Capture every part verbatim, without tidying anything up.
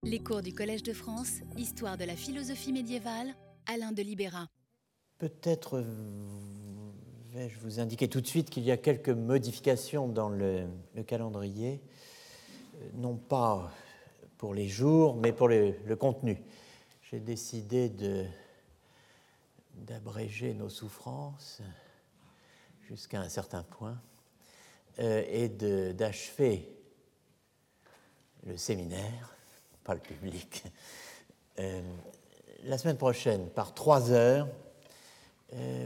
Les cours du Collège de France, Histoire de la philosophie médiévale, Alain de Libéra. Peut-être vais-je vous indiquer tout de suite qu'il y a quelques modifications dans le, le calendrier, non pas pour les jours, mais pour le, le contenu. J'ai décidé de, d'abréger nos souffrances jusqu'à un certain point euh, et de, d'achever le séminaire, pas le public, euh, la semaine prochaine par trois heures. Euh,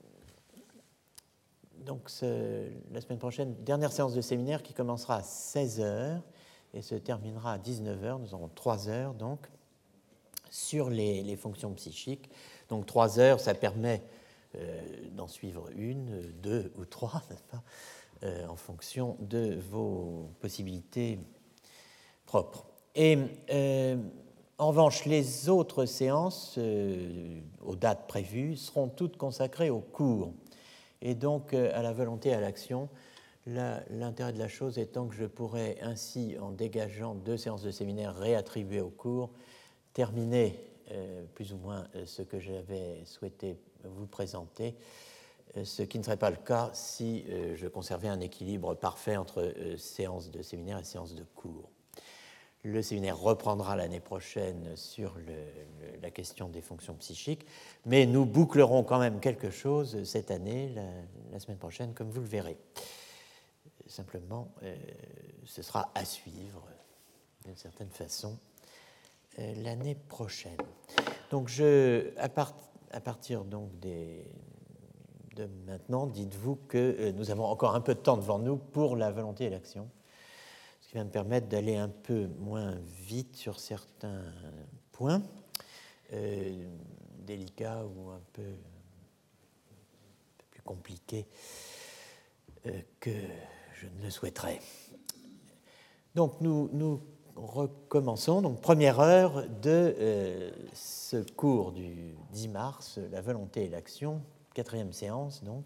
donc ce, la semaine prochaine, dernière séance de séminaire qui commencera à seize heures et se terminera à dix-neuf heures. Nous aurons trois heures donc sur les, les fonctions psychiques. Donc trois heures, ça permet euh, d'en suivre une, deux ou trois, n'est-ce pas, euh, en fonction de vos possibilités propres. Et euh, en revanche, les autres séances, euh, aux dates prévues, seront toutes consacrées au cours et donc euh, à la volonté et à l'action. La, l'intérêt de la chose étant que je pourrais ainsi, en dégageant deux séances de séminaire réattribuées au cours, terminer euh, plus ou moins euh, ce que j'avais souhaité vous présenter, euh, ce qui ne serait pas le cas si euh, je conservais un équilibre parfait entre euh, séances de séminaire et séances de cours. Le séminaire reprendra l'année prochaine sur le, le, la question des fonctions psychiques, mais nous bouclerons quand même quelque chose cette année, la, la semaine prochaine, comme vous le verrez. Simplement, euh, ce sera à suivre, d'une certaine façon, euh, l'année prochaine. Donc, je, à, part, à partir donc des, de maintenant, dites-vous que euh, nous avons encore un peu de temps devant nous pour la volonté et l'action, qui va me permettre d'aller un peu moins vite sur certains points euh, délicats ou un peu, un peu plus compliqués euh, que je ne le souhaiterais. Donc nous, nous recommençons, donc première heure de euh, ce cours du dix mars, la volonté et l'action, quatrième séance donc.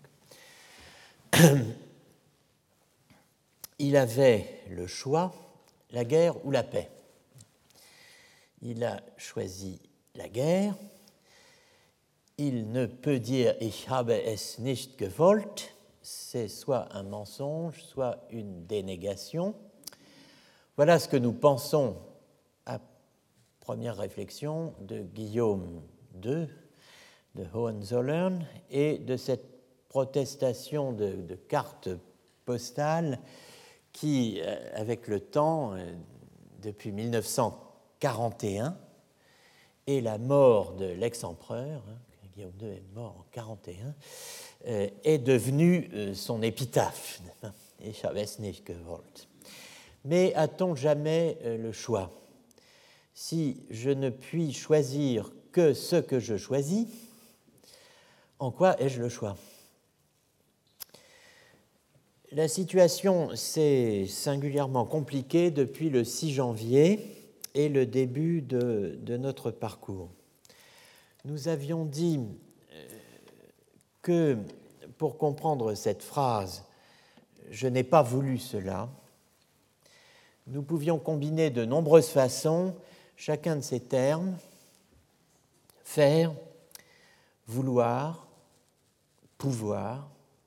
Il avait le choix, la guerre ou la paix. Il a choisi la guerre. Il ne peut dire « Ich habe es nicht gewollt », c'est soit un mensonge, soit une dénégation. Voilà ce que nous pensons, à première réflexion, de Guillaume deux, de Hohenzollern, et de cette protestation de, de cartes postales qui, avec le temps, depuis mille neuf cent quarante et un, et la mort de l'ex-empereur, hein, Guillaume deux est mort en quarante et un, euh, est devenue euh, son épitaphe. Ich habe es nicht gewollt. Mais a-t-on jamais euh, le choix? Si je ne puis choisir que ce que je choisis, en quoi ai-je le choix? La situation s'est singulièrement compliquée depuis le six janvier et le début de, de notre parcours. Nous avions dit que, pour comprendre cette phrase « je n'ai pas voulu cela », nous pouvions combiner de nombreuses façons chacun de ces termes, faire, vouloir, pouvoir,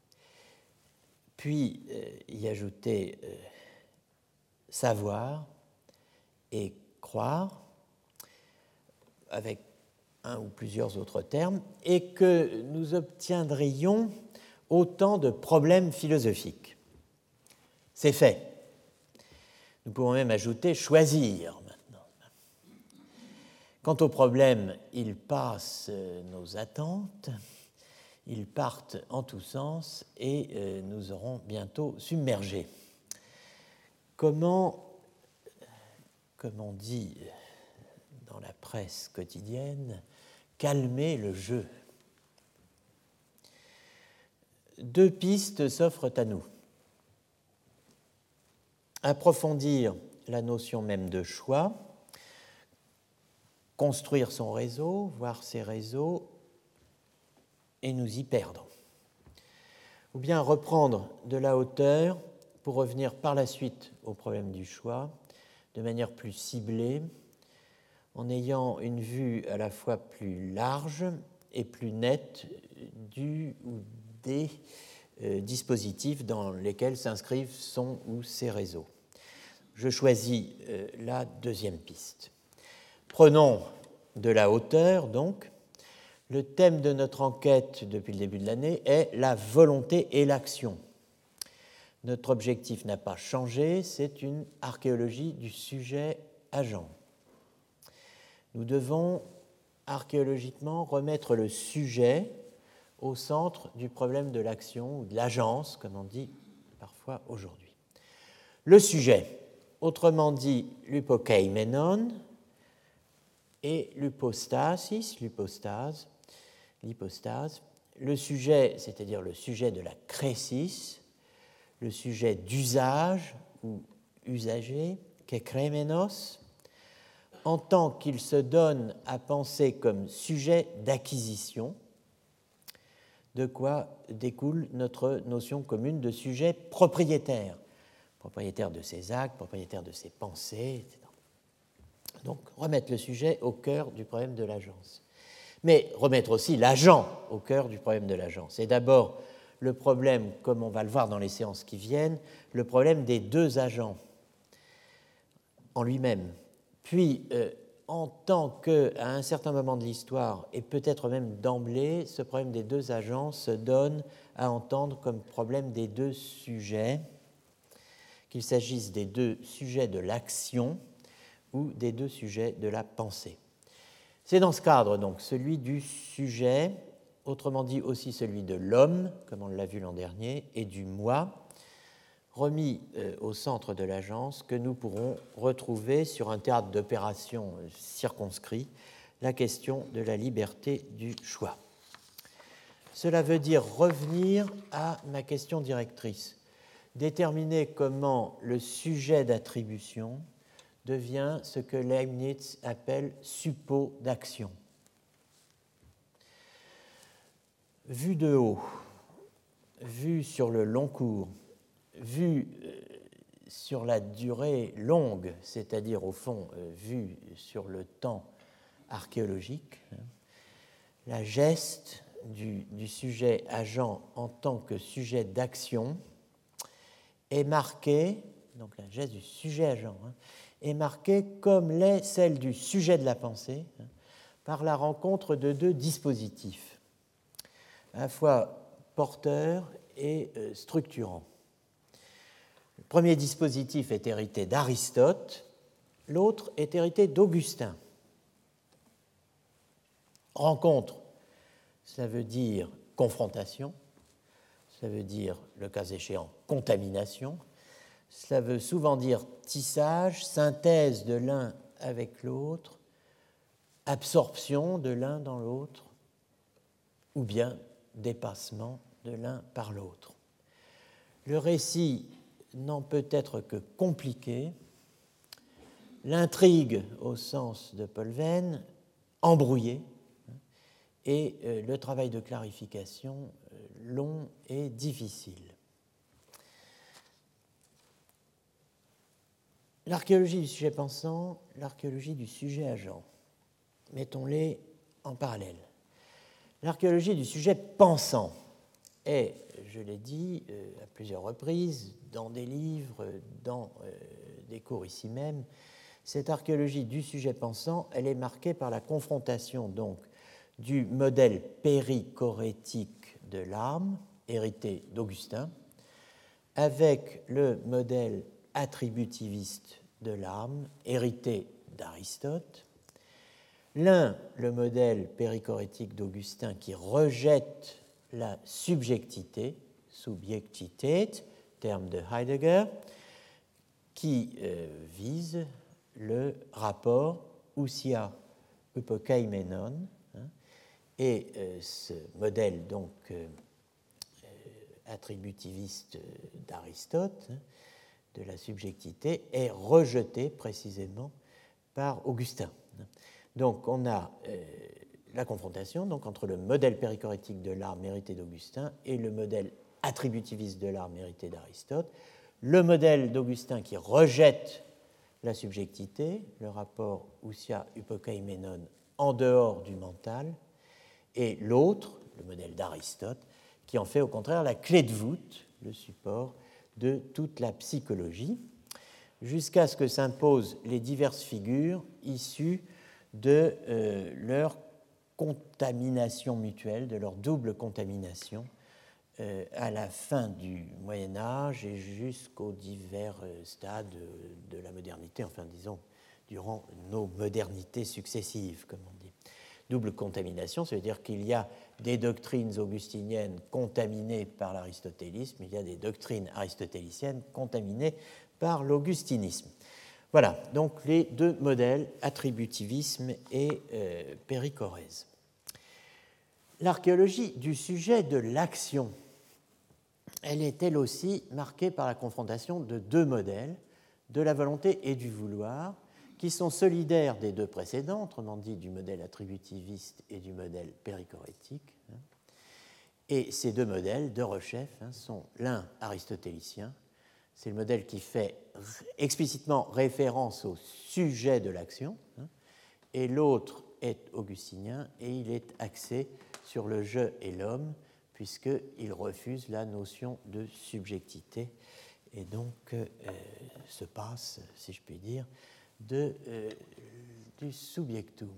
puis euh, y ajouter euh, savoir et croire, avec un ou plusieurs autres termes, et que nous obtiendrions autant de problèmes philosophiques. C'est fait. Nous pouvons même ajouter choisir maintenant. Quant aux problèmes, ils passent nos attentes, ils partent en tous sens et euh, nous aurons bientôt submergé. Comment, comme on dit dans la presse quotidienne, calmer le jeu? Deux pistes s'offrent à nous. Approfondir la notion même de choix, construire son réseau, voir ses réseaux, et nous y perdre. Ou bien reprendre de la hauteur pour revenir par la suite au problème du choix, de manière plus ciblée, en ayant une vue à la fois plus large et plus nette du ou des euh, dispositifs dans lesquels s'inscrivent son ou ses réseaux. Je choisis euh, la deuxième piste. Prenons de la hauteur, donc. Le thème de notre enquête depuis le début de l'année est la volonté et l'action. Notre objectif n'a pas changé, c'est une archéologie du sujet agent. Nous devons archéologiquement remettre le sujet au centre du problème de l'action ou de l'agence, comme on dit parfois aujourd'hui. Le sujet, autrement dit l'hypokeimenon et l'hypostasis, l'hypostase, l'hypostase. Le sujet, c'est-à-dire le sujet de la crésis, le sujet d'usage ou usager, kekremenos, en tant qu'il se donne à penser comme sujet d'acquisition, de quoi découle notre notion commune de sujet propriétaire, propriétaire de ses actes, propriétaire de ses pensées, et cetera. Donc, remettre le sujet au cœur du problème de l'agence. Mais remettre aussi l'agent au cœur du problème de l'agence. Et d'abord, le problème, comme on va le voir dans les séances qui viennent, le problème des deux agents en lui-même. Puis, euh, en tant qu'à un certain moment de l'histoire, et peut-être même d'emblée, ce problème des deux agents se donne à entendre comme problème des deux sujets, qu'il s'agisse des deux sujets de l'action ou des deux sujets de la pensée. C'est dans ce cadre, donc, celui du sujet, autrement dit aussi celui de l'homme, comme on l'a vu l'an dernier, et du moi, remis euh, au centre de l'agence, que nous pourrons retrouver sur un théâtre d'opération circonscrit, la question de la liberté du choix. Cela veut dire revenir à ma question directrice, déterminer comment le sujet d'attribution devient ce que Leibniz appelle suppôt d'action. Vu de haut, vu sur le long cours, vu sur la durée longue, c'est-à-dire au fond vu sur le temps archéologique, la geste du, du sujet agent en tant que sujet d'action est marquée, donc la geste du sujet agent, hein, est marquée comme l'est celle du sujet de la pensée, hein, par la rencontre de deux dispositifs, à la fois porteurs et euh, structurants. Le premier dispositif est hérité d'Aristote, l'autre est hérité d'Augustin. Rencontre, cela veut dire confrontation, cela veut dire, le cas échéant, contamination, cela veut souvent dire tissage, synthèse de l'un avec l'autre, absorption de l'un dans l'autre, ou bien dépassement de l'un par l'autre. Le récit n'en peut être que compliqué, l'intrigue, au sens de Paul Venn, embrouillée, et euh, le travail de clarification euh, long et difficile. L'archéologie du sujet pensant, l'archéologie du sujet agent. Mettons-les en parallèle. L'archéologie du sujet pensant est, je l'ai dit euh, à plusieurs reprises, dans des livres, dans euh, des cours ici même, cette archéologie du sujet pensant, elle est marquée par la confrontation donc du modèle périchorétique de l'âme, hérité d'Augustin, avec le modèle attributiviste de l'âme, hérité d'Aristote. L'un, le modèle périchorétique d'Augustin, qui rejette la subjectité, subjectität, terme de Heidegger, qui euh, vise le rapport ousia-hypokeimenon, hein, et euh, ce modèle donc euh, attributiviste d'Aristote, hein, de la subjectivité, est rejeté précisément par Augustin. Donc on a euh, la confrontation donc, entre le modèle périchorétique de l'âme hérité d'Augustin et le modèle attributiviste de l'âme hérité d'Aristote. Le modèle d'Augustin qui rejette la subjectivité, le rapport ousia-hypokaiménon en dehors du mental, et l'autre, le modèle d'Aristote, qui en fait au contraire la clé de voûte, le support de toute la psychologie, jusqu'à ce que s'imposent les diverses figures issues de euh, leur contamination mutuelle, de leur double contamination, euh, à la fin du Moyen-Âge et jusqu'aux divers euh, stades de, de la modernité, enfin disons, durant nos modernités successives, comme on dit. Double contamination, ça veut dire qu'il y a des doctrines augustiniennes contaminées par l'aristotélisme, il y a des doctrines aristotéliciennes contaminées par l'augustinisme. Voilà, donc les deux modèles, attributivisme et euh, péricorèse. L'archéologie du sujet de l'action, elle est elle aussi marquée par la confrontation de deux modèles, de la volonté et du vouloir, qui sont solidaires des deux précédents, autrement dit du modèle attributiviste et du modèle péricorétique. Et ces deux modèles de rechef sont l'un aristotélicien, c'est le modèle qui fait explicitement référence au sujet de l'action, et l'autre est augustinien et il est axé sur le je et l'homme, puisqu'il refuse la notion de subjectivité et donc euh, se passe, si je puis dire, de, euh, du subjectum.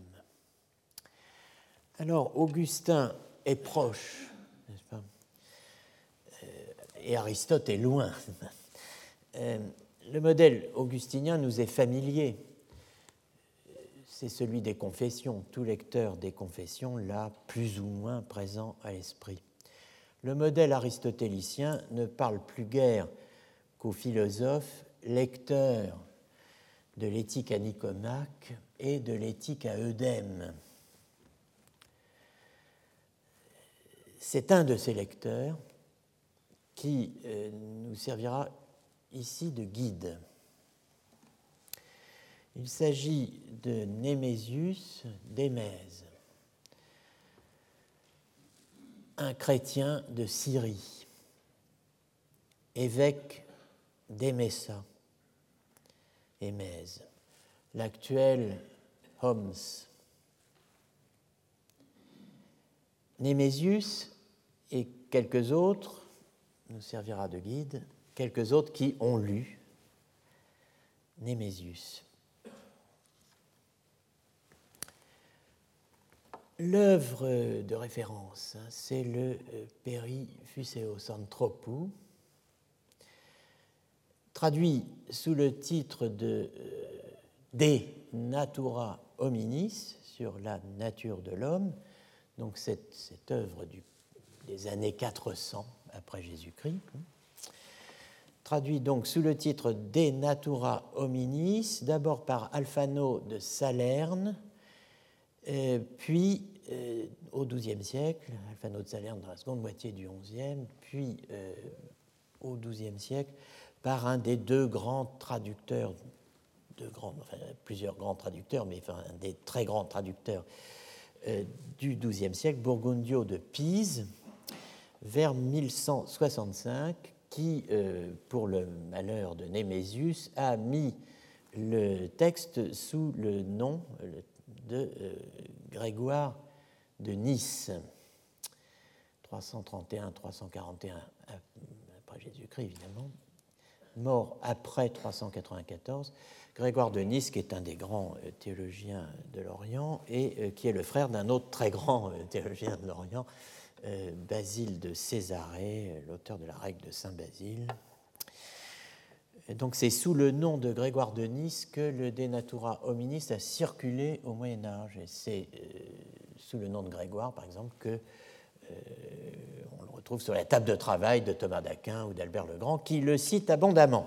Alors, Augustin est proche, n'est-ce pas, euh, et Aristote est loin. euh, le modèle augustinien nous est familier. C'est celui des confessions. Tout lecteur des confessions l'a plus ou moins présent à l'esprit. Le modèle aristotélicien ne parle plus guère qu'aux philosophes lecteurs de l'éthique à Nicomaque et de l'éthique à Eudème. C'est un de ces lecteurs qui euh, nous servira ici de guide. Il s'agit de Némésius d'Émèse, un chrétien de Syrie, évêque d'Émessa, Émèse, l'actuel Homs. Némésius et quelques autres, nous servira de guide, quelques autres qui ont lu Némésius. L'œuvre de référence, c'est le Periphuseos Anthropou, traduit sous le titre de De Natura Hominis, sur la nature de l'homme, donc cette, cette œuvre du, des années quatre cents après Jésus-Christ, traduit donc sous le titre De Natura Hominis, d'abord par Alphano de Salerne, Euh, puis euh, au douzième siècle, Alphano de Salerne dans la seconde moitié du onzième, puis euh, au douzième siècle, par un des deux grands traducteurs, deux grands, enfin, plusieurs grands traducteurs, mais enfin, un des très grands traducteurs euh, du douzième siècle, Burgundio de Pise, vers mille cent soixante-cinq, qui, euh, pour le malheur de Némésius, a mis le texte sous le nom de euh, Grégoire de Nice, trois cent trente et un à trois cent quarante et un après Jésus-Christ, évidemment, mort après trois cent quatre-vingt-quatorze. Grégoire de Nice, qui est un des grands théologiens de l'Orient et euh, qui est le frère d'un autre très grand théologien de l'Orient, euh, Basile de Césarée, l'auteur de la règle de Saint Basile. Donc c'est sous le nom de Grégoire de Nice que le De Natura Hominis a circulé au Moyen-Âge. Et c'est euh, sous le nom de Grégoire, par exemple, que euh, on le retrouve sur la table de travail de Thomas d'Aquin ou d'Albert le Grand, qui le cite abondamment.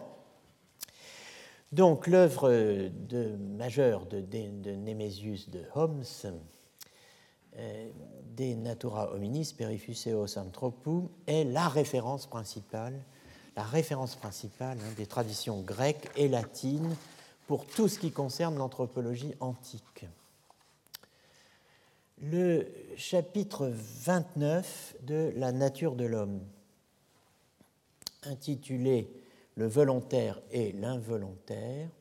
Donc l'œuvre de, majeure de, de, de Némésius de Homs, euh, De Natura Hominis, Periphuseos Anthropou, est la référence principale la référence principale hein, des traditions grecques et latines pour tout ce qui concerne l'anthropologie antique. Le chapitre vingt-neuf de La nature de l'homme, intitulé « Le volontaire et l'involontaire »,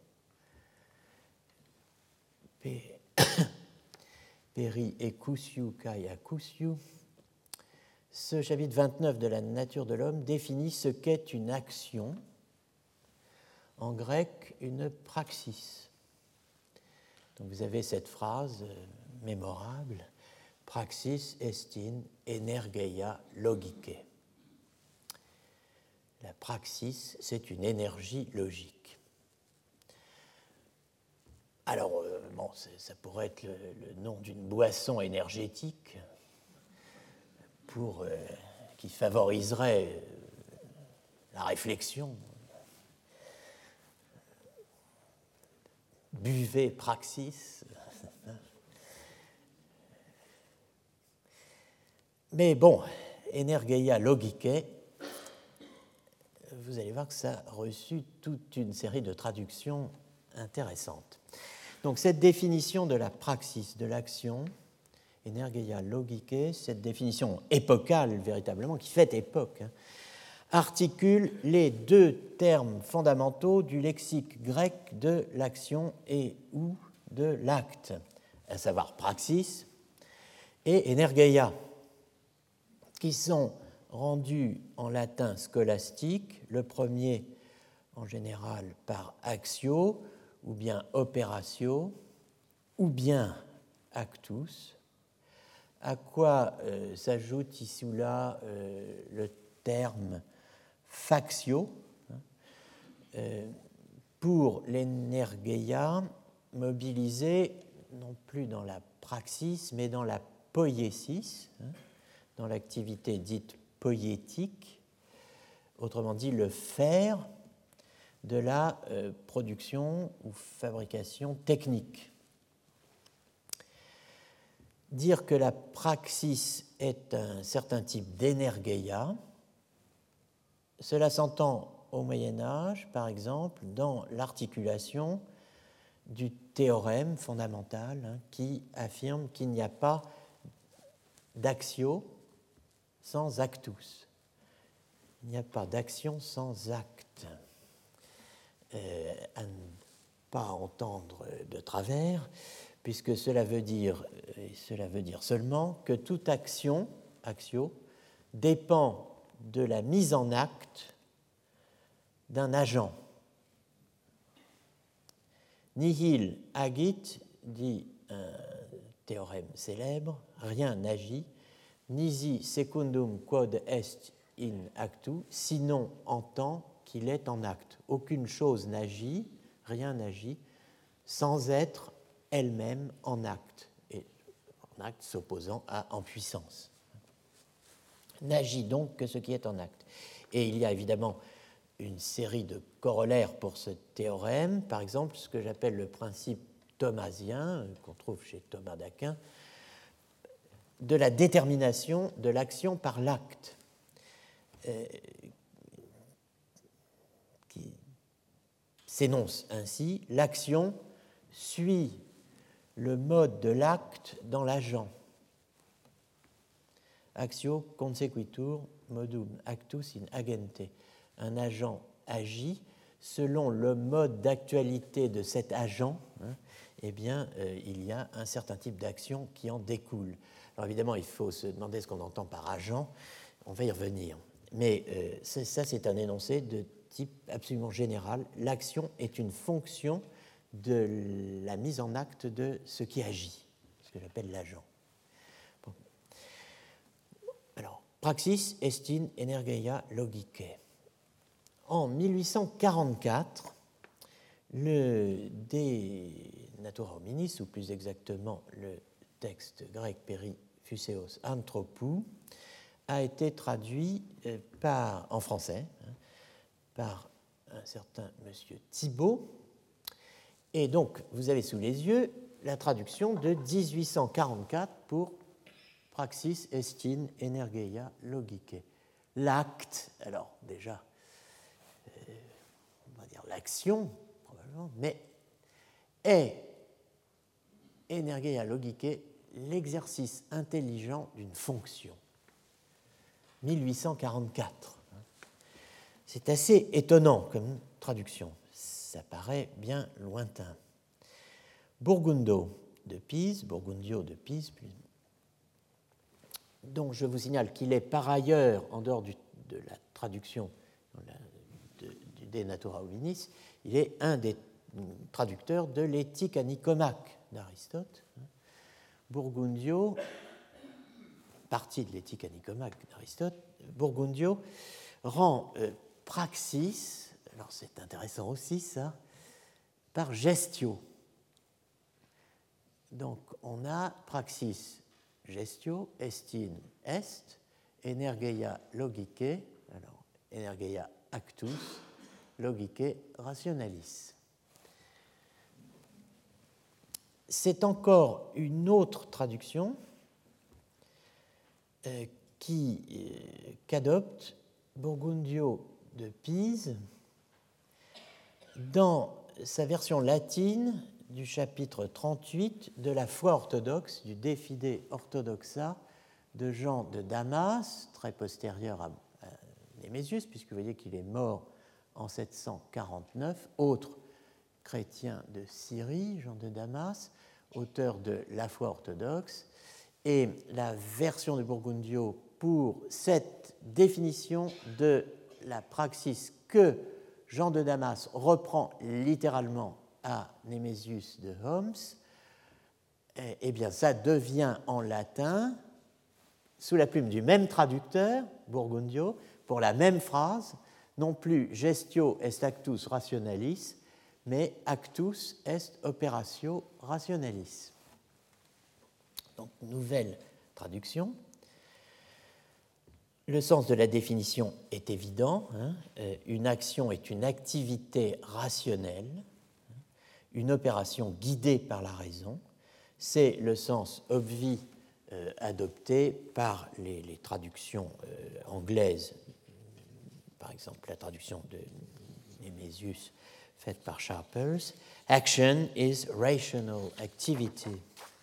Peri ekusiou kai akusiou. Ce chapitre vingt-neuf de la nature de l'homme définit ce qu'est une action, en grec une praxis. Donc vous avez cette phrase mémorable, praxis estin energeia logike. La praxis, c'est une énergie logique. Alors, euh, bon, ça pourrait être le, le nom d'une boisson énergétique pour, euh, qui favoriserait euh, la réflexion. Buvez praxis. Mais bon, energeia logike, vous allez voir que ça a reçu toute une série de traductions intéressantes. Donc cette définition de la praxis, de l'action, energeia logike, cette définition épocale véritablement, qui fait époque, hein, articule les deux termes fondamentaux du lexique grec de l'action et ou de l'acte, à savoir praxis et energeia, qui sont rendus en latin scolastique, le premier en général par actio, ou bien operatio, ou bien actus, à quoi euh, s'ajoute ici ou là euh, le terme factio, hein, euh, pour l'energeia mobilisée non plus dans la praxis, mais dans la poiesis, hein, dans l'activité dite poietique, autrement dit le faire de la euh, production ou fabrication technique. Dire que la praxis est un certain type d'énergeia, cela s'entend au Moyen-Âge, par exemple, dans l'articulation du théorème fondamental, hein, qui affirme qu'il n'y a pas d'actio sans actus. Il n'y a pas d'action sans acte. Euh, à ne pas entendre de travers, puisque cela veut dire, et cela veut dire seulement que toute action, actio, dépend de la mise en acte d'un agent. Nihil agit, dit un théorème célèbre, rien n'agit, nisi secundum quod est in actu, sinon en tant qu'il est en acte. Aucune chose n'agit, rien n'agit, sans être elle-même en acte, et en acte s'opposant à en puissance. N'agit donc que ce qui est en acte. Et il y a évidemment une série de corollaires pour ce théorème, par exemple ce que j'appelle le principe thomasien, qu'on trouve chez Thomas d'Aquin, de la détermination de l'action par l'acte, euh, qui s'énonce ainsi: l'action suit le mode de l'acte dans l'agent. Actio consequitur modum actus in agente. Un agent agit selon le mode d'actualité de cet agent, hein, eh bien, euh, il y a un certain type d'action qui en découle. Alors évidemment, il faut se demander ce qu'on entend par agent, on va y revenir. Mais euh, c'est, ça, c'est un énoncé de type absolument général. L'action est une fonction de la mise en acte de ce qui agit, ce que j'appelle l'agent. Bon. Alors, praxis estin energeia logike. En mille huit cent quarante-quatre, le De Natura Hominis, ou plus exactement le texte grec Peri Phuseos Anthropou, a été traduit par, en français hein, par un certain monsieur Thibault. Et donc, vous avez sous les yeux la traduction de dix-huit cent quarante-quatre pour Praxis estin energeia logike. L'acte, alors déjà, euh, on va dire l'action, probablement, mais est energeia logike l'exercice intelligent d'une fonction. mille huit cent quarante-quatre. C'est assez étonnant comme traduction. Ça paraît bien lointain. Burgundo, de Pise, Burgundio de Pise, dont je vous signale qu'il est par ailleurs, en dehors du, de la traduction de, du De Natura Hominis, il est un des traducteurs de l'éthique à Nicomaque d'Aristote. Burgundio, partie de l'éthique à Nicomaque d'Aristote, Burgundio rend euh, praxis, alors c'est intéressant aussi ça, par gestio. Donc on a praxis gestio, estin est, energeia logicae, alors energeia actus, logicae rationalis. C'est encore une autre traduction euh, qui, euh, qu'adopte Burgundio de Pise dans sa version latine du chapitre trente-huit de la foi orthodoxe, du De Fide Orthodoxa de Jean de Damas, très postérieur à, à Némésius, puisque vous voyez qu'il est mort en sept cent quarante-neuf, autre chrétien de Syrie, Jean de Damas, auteur de la foi orthodoxe, et la version de Burgundio pour cette définition de la praxis que Jean de Damas reprend littéralement à Némésius de Homs, eh bien ça devient en latin, sous la plume du même traducteur, Burgundio, pour la même phrase, non plus gestio est actus rationalis, mais actus est operatio rationalis. Donc, nouvelle traduction. Le sens de la définition est évident. Hein, une action est une activité rationnelle, une opération guidée par la raison. C'est le sens obvi euh, adopté par les, les traductions euh, anglaises, par exemple la traduction de Némésius faite par Sharples. Action is rational activity.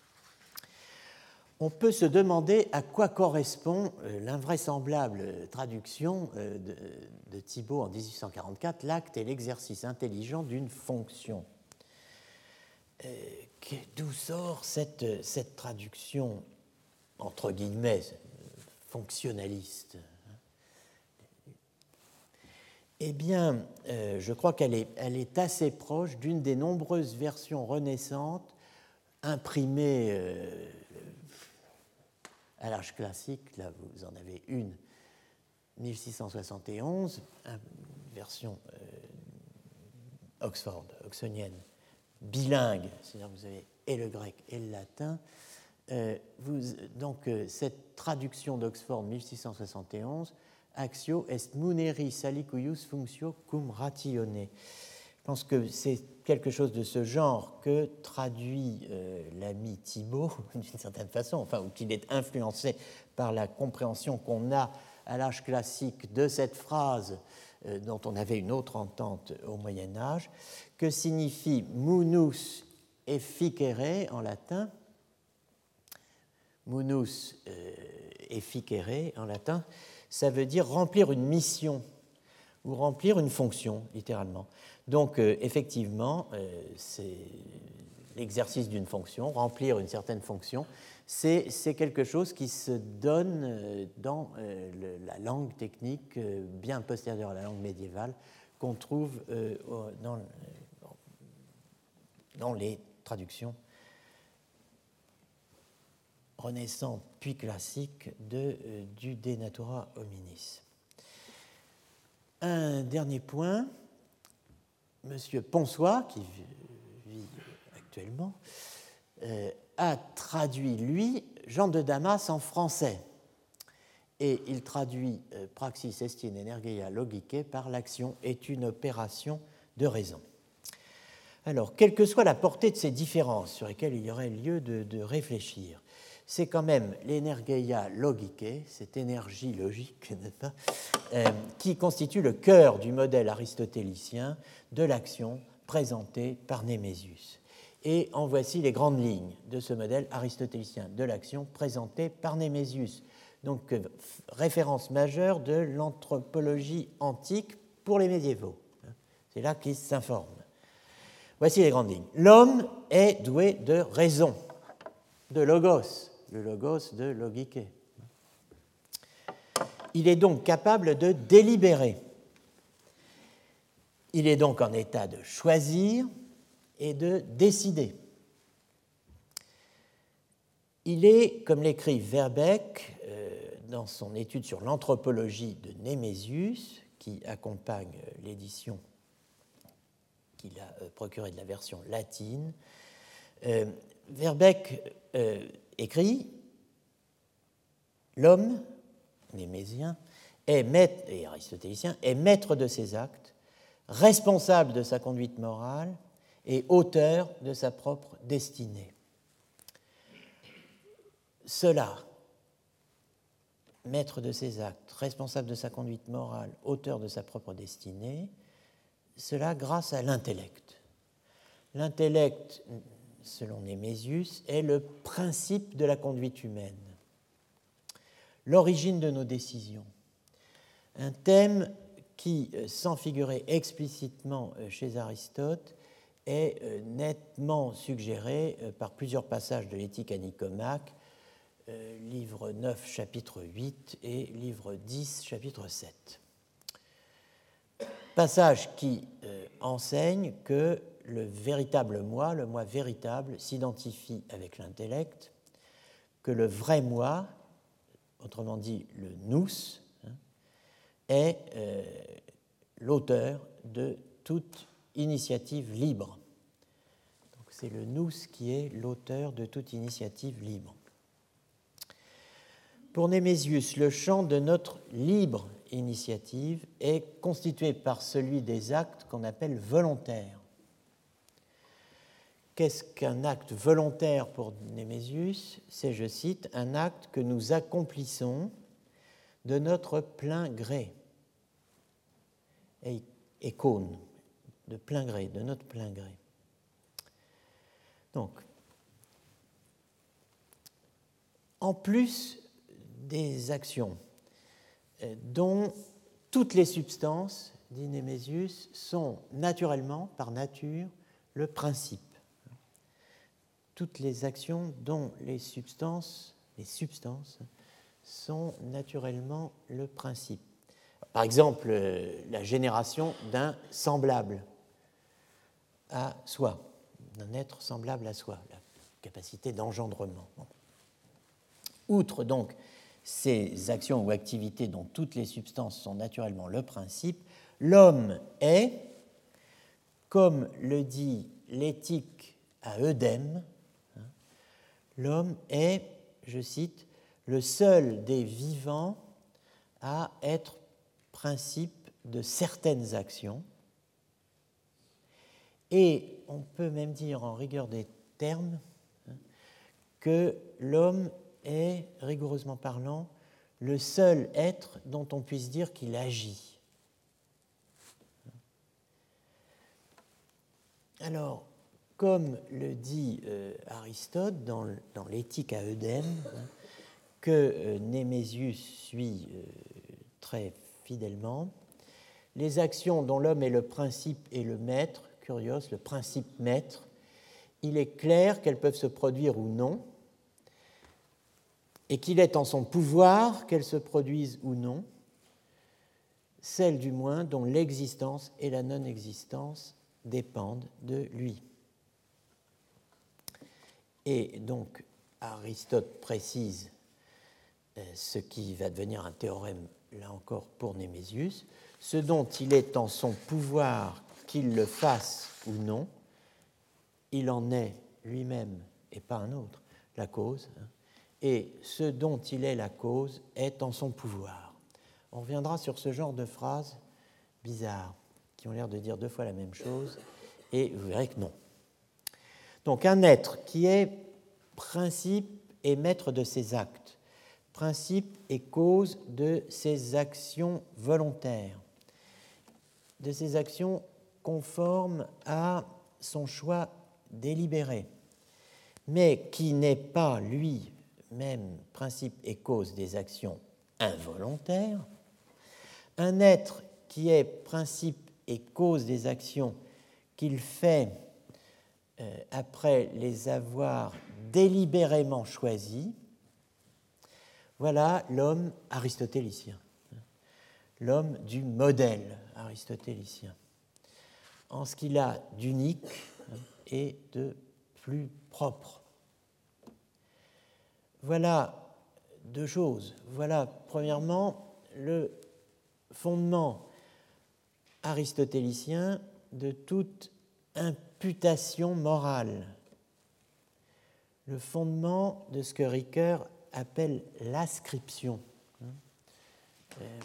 On peut se demander à quoi correspond l'invraisemblable traduction de, de Thibaut en dix-huit cent quarante-quatre, l'acte et l'exercice intelligent d'une fonction. Euh, d'où sort cette, cette traduction, entre guillemets, fonctionnaliste? Eh bien, euh, je crois qu'elle est, elle est assez proche d'une des nombreuses versions renaissantes imprimées euh, à l'âge classique. Là, vous en avez une, mille six cent soixante et onze, une version euh, Oxford, oxonienne, bilingue, c'est-à-dire que vous avez et le grec et le latin. Euh, vous, donc, euh, cette traduction d'Oxford mille six cent soixante et onze, Actio est muneri salicuius functio cum ratione. Je pense que c'est quelque chose de ce genre que traduit euh, l'ami Thibaut, d'une certaine façon, enfin, ou qu'il est influencé par la compréhension qu'on a à l'âge classique de cette phrase euh, dont on avait une autre entente au Moyen-Âge, que signifie munus efficere en latin, munus euh, efficere en latin, ça veut dire remplir une mission ou remplir une fonction, littéralement. Donc, euh, effectivement, euh, c'est l'exercice d'une fonction, remplir une certaine fonction, c'est, c'est quelque chose qui se donne euh, dans euh, le, la langue technique euh, bien postérieure à la langue médiévale qu'on trouve euh, dans, dans les traductions renaissante puis classique de, euh, du De Natura Hominis. Un dernier point, M. Ponsois, qui vit actuellement, euh, a traduit, lui, Jean de Damas en français. Et il traduit euh, Praxis estin energeia logicae par l'action est une opération de raison. Alors, quelle que soit la portée de ces différences sur lesquelles il y aurait lieu de, de réfléchir, c'est quand même l'energeia logicae, cette énergie logique, n'est-ce pas, euh, qui constitue le cœur du modèle aristotélicien de l'action présenté par Némésius. Et en voici les grandes lignes de ce modèle aristotélicien de l'action présenté par Némésius. Donc, euh, référence majeure de l'anthropologie antique pour les médiévaux. C'est là qu'ils s'informent. Voici les grandes lignes. L'homme est doué de raison. de logos, le logos de logike. Il est donc capable de délibérer. Il est donc en état de choisir et de décider. Il est, comme l'écrit Verbeek euh, dans son étude sur l'anthropologie de Némésius, qui accompagne l'édition qu'il a euh, procurée de la version latine, euh, Verbeek euh, écrit « L'homme, némésien, est maître, et aristotélicien, est maître de ses actes, responsable de sa conduite morale et auteur de sa propre destinée. » Cela, maître de ses actes, responsable de sa conduite morale, auteur de sa propre destinée, cela grâce à l'intellect. L'intellect, selon Némésius, est le principe de la conduite humaine, l'origine de nos décisions. Un thème qui, sans figurer explicitement chez Aristote, est nettement suggéré par plusieurs passages de l'Éthique à Nicomaque, livre neuf, chapitre huit et livre dix, chapitre sept. Passage qui euh, enseigne que le véritable moi, le moi véritable, s'identifie avec l'intellect, que le vrai moi, autrement dit le nous, hein, est euh, l'auteur de toute initiative libre. Donc c'est le nous qui est l'auteur de toute initiative libre. Pour Némésius, le champ de notre libre initiative est constitué par celui des actes qu'on appelle volontaires. Qu'est-ce qu'un acte volontaire pour Némésius ? C'est, je cite, un acte que nous accomplissons de notre plein gré. Et, et cône, de plein gré, de notre plein gré. Donc, en plus des actions dont toutes les substances, dit Némésius, sont naturellement, par nature, le principe. Toutes les actions dont les substances, les substances sont naturellement le principe. Par exemple, la génération d'un semblable à soi, d'un être semblable à soi, la capacité d'engendrement. Outre donc ces actions ou activités dont toutes les substances sont naturellement le principe, l'homme est, comme le dit l'éthique à Eudème, hein, l'homme est, je cite, le seul des vivants à être principe de certaines actions, et on peut même dire en rigueur des termes hein, que l'homme est, rigoureusement parlant, le seul être dont on puisse dire qu'il agit. Alors, comme le dit euh, Aristote dans, dans l'Éthique à Eudème, hein, que euh, Némésius suit euh, très fidèlement, les actions dont l'homme est le principe et le maître, curios, le principe maître, il est clair qu'elles peuvent se produire ou non, et qu'il est en son pouvoir qu'elles se produisent ou non, celles du moins dont l'existence et la non-existence dépendent de lui. Et donc, Aristote précise ce qui va devenir un théorème, là encore, pour Némésius, ce dont il est en son pouvoir qu'il le fasse ou non, il en est lui-même et pas un autre, la cause, hein, et ce dont il est la cause est en son pouvoir. On reviendra sur ce genre de phrases bizarres qui ont l'air de dire deux fois la même chose, et vous verrez que non. Donc un être qui est principe et maître de ses actes, principe et cause de ses actions volontaires, de ses actions conformes à son choix délibéré, mais qui n'est pas lui-même principe et cause des actions involontaires, un être qui est principe et cause des actions qu'il fait euh, après les avoir délibérément choisi, voilà l'homme aristotélicien, l'homme du modèle aristotélicien, en ce qu'il a d'unique et de plus propre. Voilà deux choses. Voilà, premièrement, le fondement aristotélicien de toute imputation morale, le fondement de ce que Ricoeur appelle l'ascription. Euh,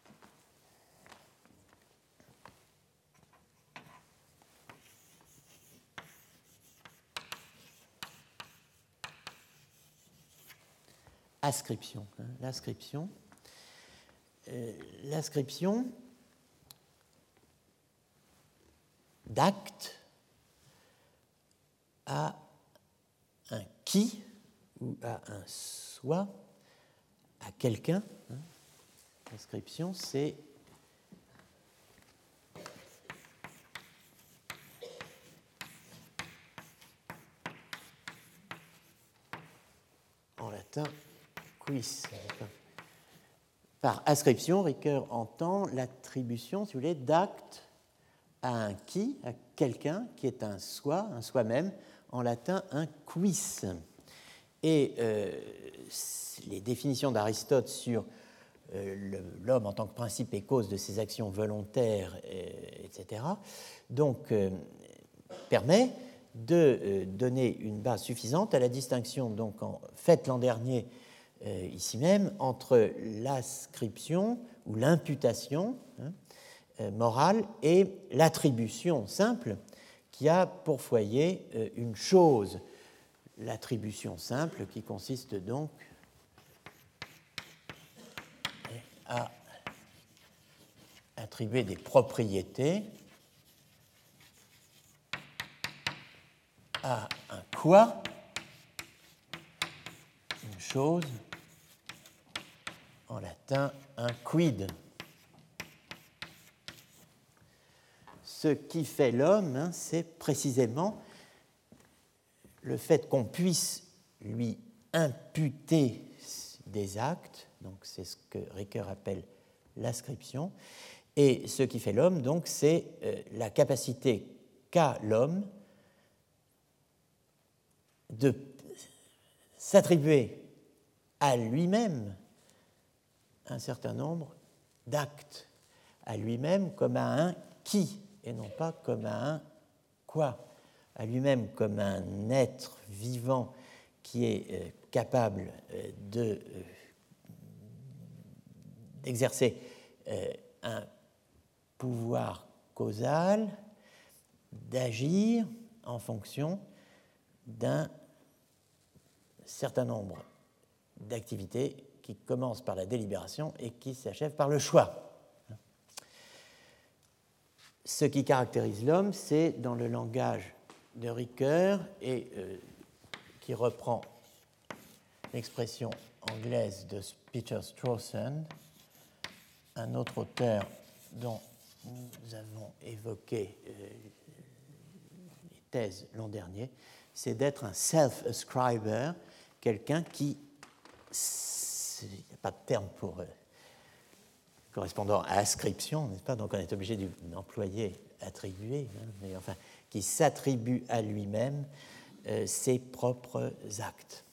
Ascription, hein, l'ascription. Euh, l'ascription d'acte à un qui ou à un soi, à quelqu'un. Hein. L'ascription, c'est en latin quis. Par ascription, Ricoeur entend l'attribution, si vous voulez, d'acte à un qui, à quelqu'un qui est un soi, un soi-même, en latin un quis. Et euh, les définitions d'Aristote sur euh, l'homme en tant que principe et cause de ses actions volontaires, euh, et cetera, donc euh, permet de euh, donner une base suffisante à la distinction donc en, faite l'an dernier euh, ici même entre l'ascription ou l'imputation, hein, morale et l'attribution simple qui a pour foyer une chose, l'attribution simple qui consiste donc à attribuer des propriétés à un quoi, une chose, en latin un quid. Ce qui fait l'homme, hein, c'est précisément le fait qu'on puisse lui imputer des actes, donc c'est ce que Ricoeur appelle l'ascription, et ce qui fait l'homme, donc, c'est euh, la capacité qu'a l'homme de s'attribuer à lui-même un certain nombre d'actes, à lui-même comme à un qui, et non pas comme à un quoi, à lui-même comme un être vivant qui est euh, capable euh, de, euh, d'exercer euh, un pouvoir causal, d'agir en fonction d'un certain nombre d'activités qui commencent par la délibération et qui s'achèvent par le choix. Ce qui caractérise l'homme, c'est dans le langage de Ricoeur et euh, qui reprend l'expression anglaise de Peter Strawson, un autre auteur dont nous avons évoqué euh, les thèses l'an dernier, c'est d'être un self-ascriber, quelqu'un qui, il n'y a pas de terme pour euh, correspondant à ascription, n'est-ce pas? Donc on est obligé d'employer attribuer, hein, mais enfin, qui s'attribue à lui-même euh, ses propres actes,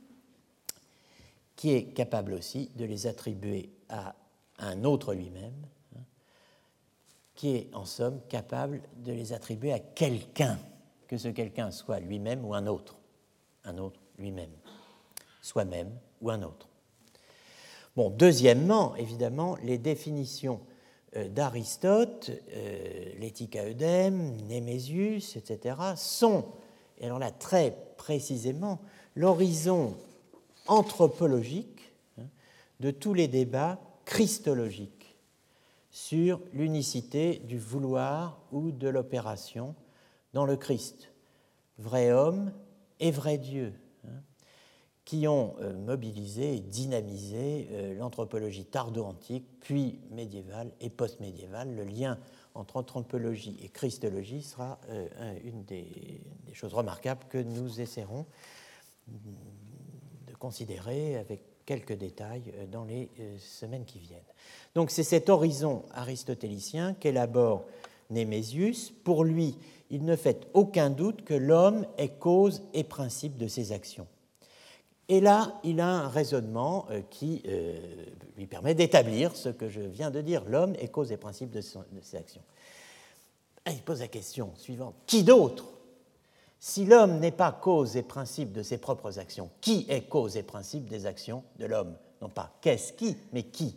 qui est capable aussi de les attribuer à un autre lui-même, hein, qui est en somme capable de les attribuer à quelqu'un, que ce quelqu'un soit lui-même ou un autre, un autre lui-même, soi-même ou un autre. Bon, deuxièmement, évidemment, les définitions euh, d'Aristote, euh, l'Éthique Eudème, Némésius, et cetera, sont, et alors là très précisément, l'horizon anthropologique, hein, de tous les débats christologiques sur l'unicité du vouloir ou de l'opération dans le Christ, vrai homme et vrai Dieu, hein, qui ont euh, mobilisé et dynamisé euh, l'anthropologie tardo-antique, puis médiévale et post-médiévale. Le lien entre anthropologie et christologie sera euh, une des, des choses remarquables que nous essaierons de considérer avec quelques détails dans les semaines qui viennent. Donc c'est cet horizon aristotélicien qu'élabore Némésius. Pour lui, il ne fait aucun doute que l'homme est cause et principe de ses actions. Et là, il a un raisonnement qui euh, lui permet d'établir ce que je viens de dire. L'homme est cause et principe de, son, de ses actions. Et il pose la question suivante. Qui d'autre? Si l'homme n'est pas cause et principe de ses propres actions, qui est cause et principe des actions de l'homme? Non pas qu'est-ce qui, mais qui?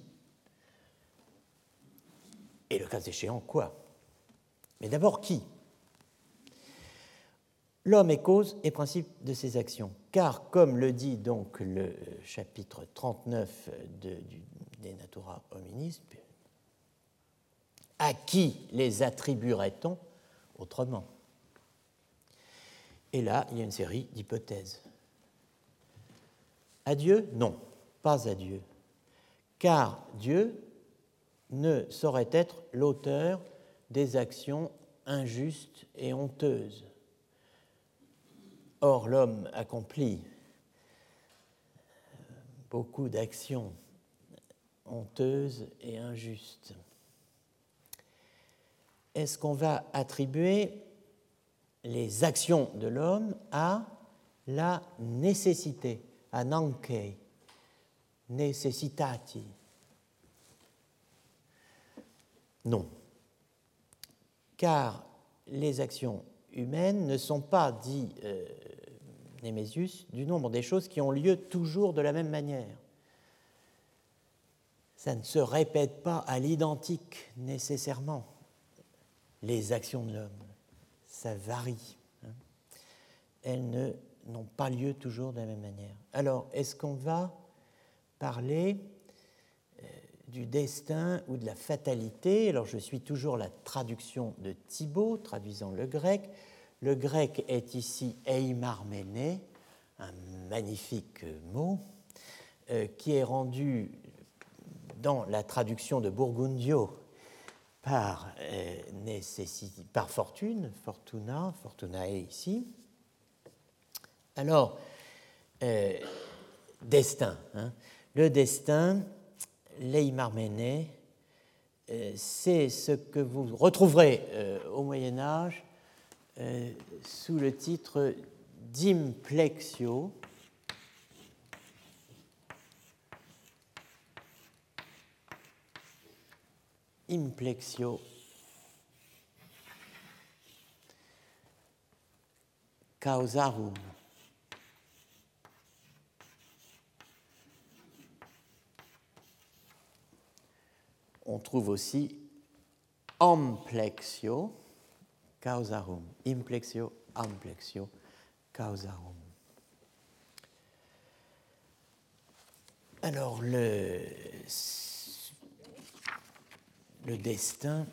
Et le cas échéant, quoi? Mais d'abord, qui? L'homme est cause et principe de ses actions, car, comme le dit donc le chapitre trente-neuf de, du, des Natura Hominis, à qui les attribuerait-on autrement? Et là, il y a une série d'hypothèses. À Dieu? Non, pas à Dieu, car Dieu ne saurait être l'auteur des actions injustes et honteuses. Or, l'homme accomplit beaucoup d'actions honteuses et injustes. Est-ce qu'on va attribuer les actions de l'homme à la nécessité, à nanke, necessitati? Non, car les actions humaines ne sont pas, dit euh, Némésius, du nombre des choses qui ont lieu toujours de la même manière. Ça ne se répète pas à l'identique nécessairement, les actions de l'homme. Ça varie. Hein. Elles ne, n'ont pas lieu toujours de la même manière. Alors, est-ce qu'on va parler euh, du destin ou de la fatalité? Alors, je suis toujours la traduction de Thibaut, traduisant le grec. Le grec est ici eimarméné, un magnifique mot, euh, qui est rendu dans la traduction de Burgundio par, euh, nécessité, par fortune, fortuna, fortunae ici. Alors, euh, destin. Hein. Le destin, l'eimarméné, euh, c'est ce que vous retrouverez euh, au Moyen-Âge euh, sous le titre d'implexio. Implexio causarum. On trouve aussi amplexio causarum. Implexio, amplexio causarum. Alors, le, le destin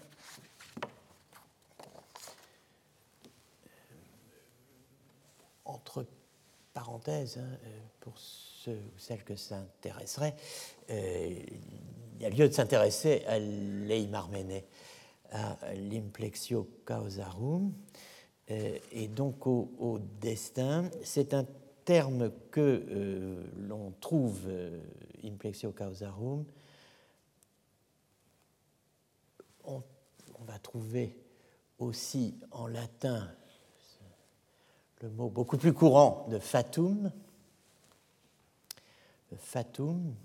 entre parenthèses, hein, pour ceux ou celles que ça intéresserait, euh, il y a lieu de s'intéresser à l'eimarméné, à l'implexio causarum, euh, et donc au, au destin. C'est un terme que euh, l'on trouve, euh, implexio causarum, on, on va trouver aussi en latin le mot beaucoup plus courant de fatum, le fatum.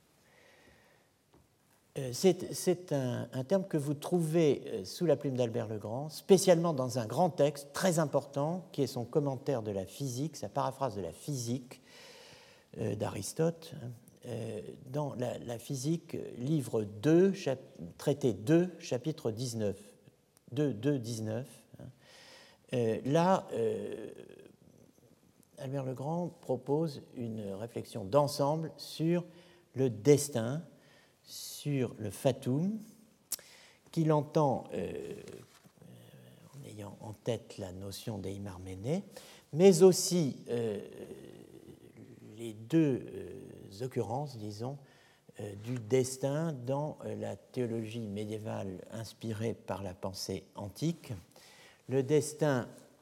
C'est, c'est un, un terme que vous trouvez sous la plume d'Albert le Grand, spécialement dans un grand texte très important, qui est son commentaire de la physique, sa paraphrase de la physique euh, d'Aristote, euh, dans la, la physique, livre deux, chap, traité deux, chapitre dix-neuf, deux, deux, dix-neuf. Hein. Euh, là, euh, Albert le Grand propose une réflexion d'ensemble sur le destin, sur le fatum, qu'il entend, euh, en ayant en tête la notion d'eimarméné, mais aussi euh, les deux euh, occurrences, disons, euh, du destin dans euh, la théologie médiévale inspirée par la pensée antique. Le destin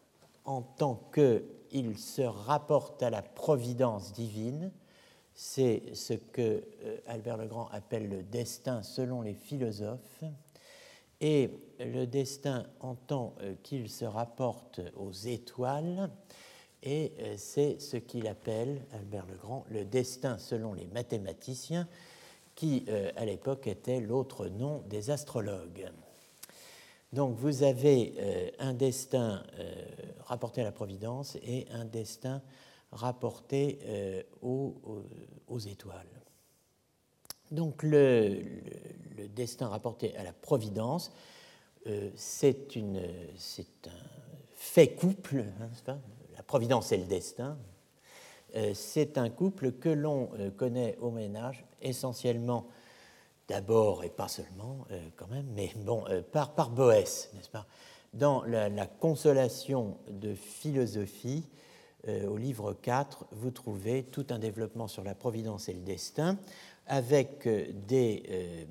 en tant qu'il se rapporte à la providence divine. C'est ce que euh, Albert le Grand appelle le destin selon les philosophes. Et le destin en tant euh, qu'il se rapporte aux étoiles, et euh, c'est ce qu'il appelle, Albert le Grand, le destin selon les mathématiciens, qui, euh, à l'époque, était l'autre nom des astrologues. Donc, vous avez euh, un destin euh, rapporté à la Providence et un destin rapporté euh, aux, aux, aux étoiles. Donc, le, le, le destin rapporté à la Providence, euh, c'est, une, c'est un fait couple, hein, n'est-ce pas ? La Providence et le destin. Euh, c'est un couple que l'on euh, connaît au Moyen-Âge essentiellement, d'abord et pas seulement euh, quand même, mais bon, euh, par, par Boès, n'est-ce pas ? Dans la, la Consolation de philosophie, euh, au livre quatre, vous trouvez tout un développement sur la providence et le destin, avec euh, des, euh,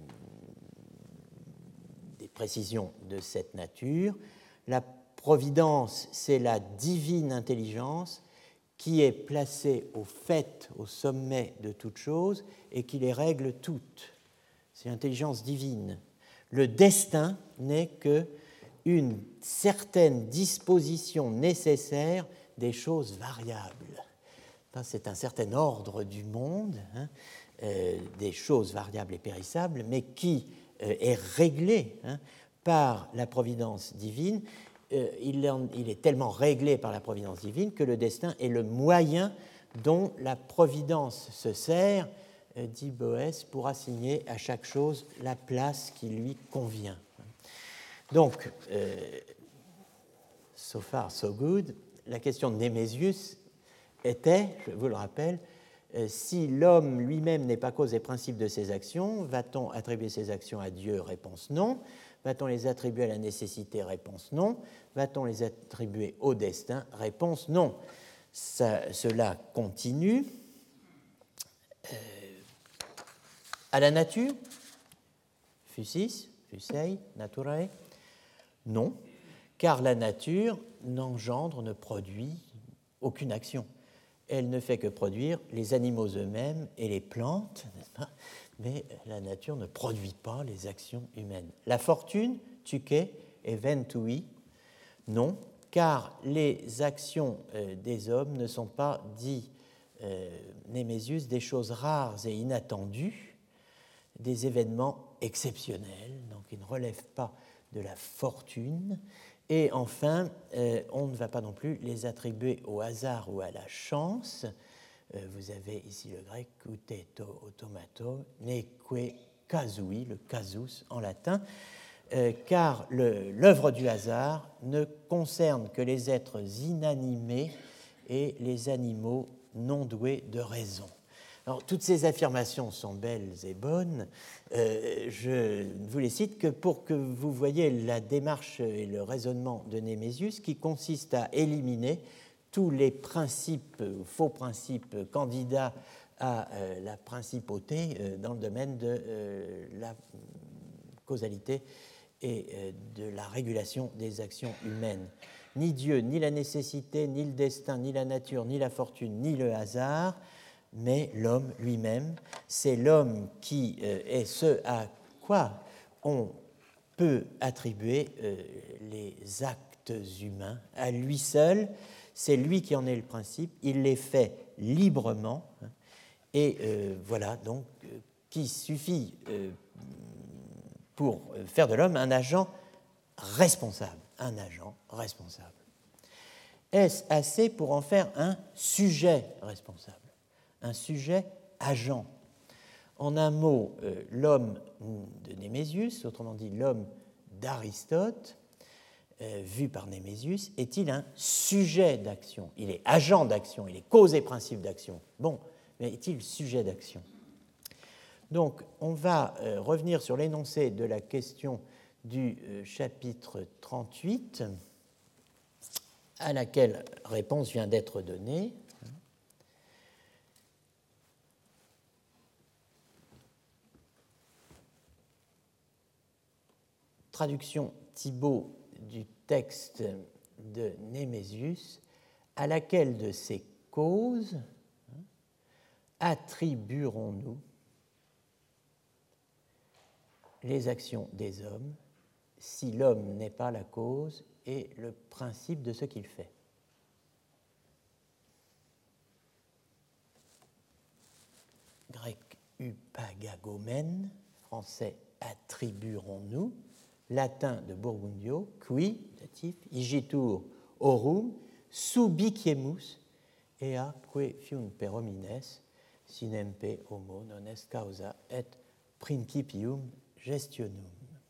des précisions de cette nature. La providence, c'est la divine intelligence qui est placée au fait, au sommet de toutes choses, et qui les règle toutes. C'est l'intelligence divine. Le destin n'est qu'une certaine disposition nécessaire des choses variables. C'est un certain ordre du monde, hein, euh, des choses variables et périssables, mais qui euh, est réglé hein, par la providence divine. Euh, il, en, il est tellement réglé par la providence divine que le destin est le moyen dont la providence se sert, dit Boès, pour assigner à chaque chose la place qui lui convient. Donc, euh, so far, so good, la question de Némésius était, je vous le rappelle, euh, si l'homme lui-même n'est pas cause et principe de ses actions, va-t-on attribuer ses actions à Dieu? Réponse non. Va-t-on les attribuer à la nécessité? Réponse non. Va-t-on les attribuer au destin? Réponse non. Ça, cela continue. Euh, À la nature, fusis, fusei, naturae, non, car la nature n'engendre, ne produit aucune action. Elle ne fait que produire les animaux eux-mêmes et les plantes, n'est-ce pas ? Mais la nature ne produit pas les actions humaines. La fortune, tuque, eventui, non, car les actions euh, des hommes ne sont pas, dit euh, Némésius, des choses rares et inattendues, des événements exceptionnels, donc ils ne relèvent pas de la fortune. Et enfin, euh, on ne va pas non plus les attribuer au hasard ou à la chance. Euh, vous avez ici le grec uteto automato, neque casui, le casus en latin, euh, car le, l'œuvre du hasard ne concerne que les êtres inanimés et les animaux non doués de raison. Alors, toutes ces affirmations sont belles et bonnes. Euh, je ne vous les cite que pour que vous voyez la démarche et le raisonnement de Némésius qui consiste à éliminer tous les principes, faux principes candidats à euh, la principauté euh, dans le domaine de euh, la causalité et euh, de la régulation des actions humaines. Ni Dieu, ni la nécessité, ni le destin, ni la nature, ni la fortune, ni le hasard, mais l'homme lui-même. C'est l'homme qui euh, est ce à quoi on peut attribuer euh, les actes humains. À lui seul, c'est lui qui en est le principe, il les fait librement, hein, et euh, voilà, donc, euh, qui suffit euh, pour faire de l'homme un agent responsable, un agent responsable. Est-ce assez pour en faire un sujet responsable? Un sujet agent. En un mot, euh, l'homme de Némésius, autrement dit l'homme d'Aristote, euh, vu par Némésius, est-il un sujet d'action? Il est agent d'action, il est cause et principe d'action. Bon, mais est-il sujet d'action? Donc, on va euh, revenir sur l'énoncé de la question du euh, chapitre trente-huit, à laquelle réponse vient d'être donnée. Traduction Thibault du texte de Némésius, à laquelle de ces causes hein, attribuerons-nous les actions des hommes si l'homme n'est pas la cause et le principe de ce qu'il fait. Grec upagagomen, français attribuerons-nous, latin de Burgundio, qui, datif, igitur aurum, subiciemus, ea que fium per homines, sinempe homo non est causa et principium gestionum.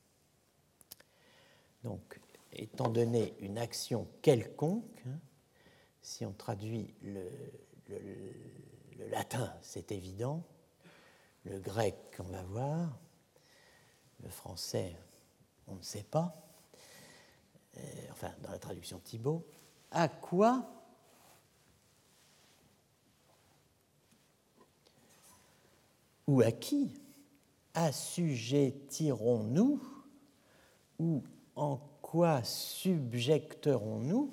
Donc, étant donné une action quelconque, hein, si on traduit le, le, le latin, c'est évident, le grec, on va voir, le français, on ne sait pas, euh, enfin, dans la traduction Thibaut, à quoi ou à qui assujettirons-nous ou en quoi subjecterons-nous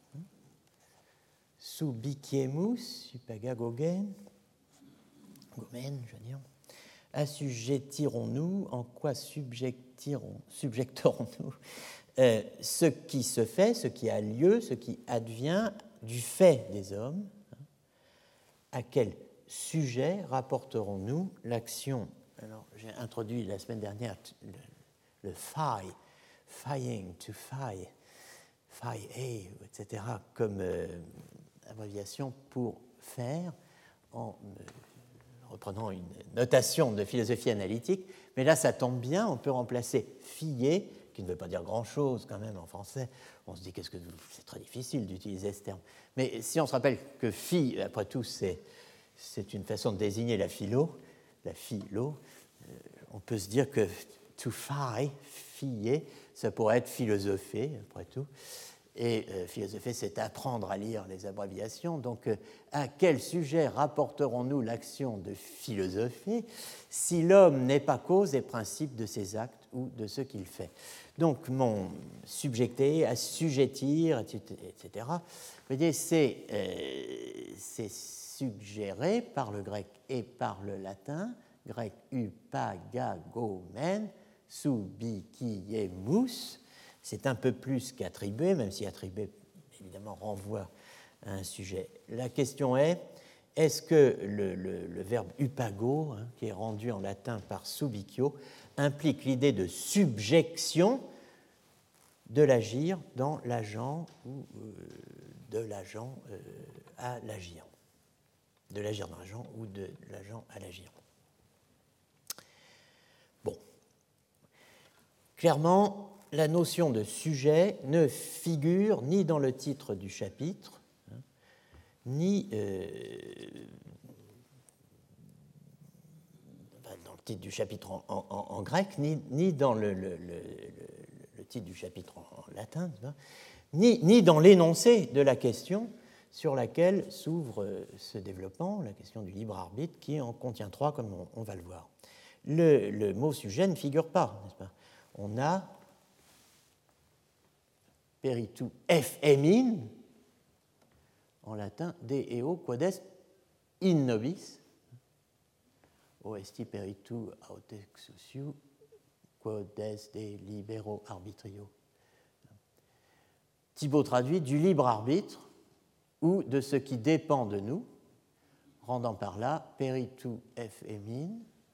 subiciemus, upagagogen, gomen, je veux dire, assujettirons-nous, en quoi subjectirons, subjecterons-nous euh, ce qui se fait, ce qui a lieu, ce qui advient du fait des hommes, hein, à quel sujet rapporterons-nous l'action? Alors, j'ai introduit la semaine dernière le, le fai, fying, to fy, fy a, et cetera, comme euh, abréviation pour faire, en euh, reprenant une notation de philosophie analytique, mais là ça tombe bien, on peut remplacer fier, qui ne veut pas dire grand-chose quand même en français. On se dit qu'est-ce que c'est très difficile d'utiliser ce terme. Mais si on se rappelle que phi, après tout, c'est, c'est une façon de désigner la philo, la philo, euh, on peut se dire que to fy, fier, ça pourrait être philosopher, après tout. Et euh, philosopher, c'est apprendre à lire les abréviations. Donc, euh, à quel sujet rapporterons-nous l'action de philosopher si l'homme n'est pas cause et principe de ses actes ou de ce qu'il fait? Donc, mon subjecter, assujettir, et cetera, vous voyez, c'est, euh, c'est suggéré par le grec et par le latin, grec upagagomen, subiciemus. C'est un peu plus qu'attribuer, même si attribuer, évidemment, renvoie à un sujet. La question est, est-ce que le, le, le verbe upago, hein, qui est rendu en latin par subicio, implique l'idée de subjection de l'agir dans l'agent ou euh, de l'agent euh, à l'agir, de l'agir dans l'agent ou de l'agent à l'agir. Bon. Clairement, la notion de sujet ne figure ni dans le titre du chapitre, hein, ni euh, dans le titre du chapitre en, en, en grec, ni, ni dans le, le, le, le titre du chapitre en, en latin, ni, ni dans l'énoncé de la question sur laquelle s'ouvre ce développement, la question du libre arbitre, qui en contient trois, comme on, on va le voir. Le, le mot sujet ne figure pas, n'est-ce pas? On a peritu effemin, en latin, de eo quod est in nobis, o esti peritu aut exusiu, quod est de libero arbitrio. Thibaut traduit du libre arbitre ou de ce qui dépend de nous, rendant par là peritu effemin,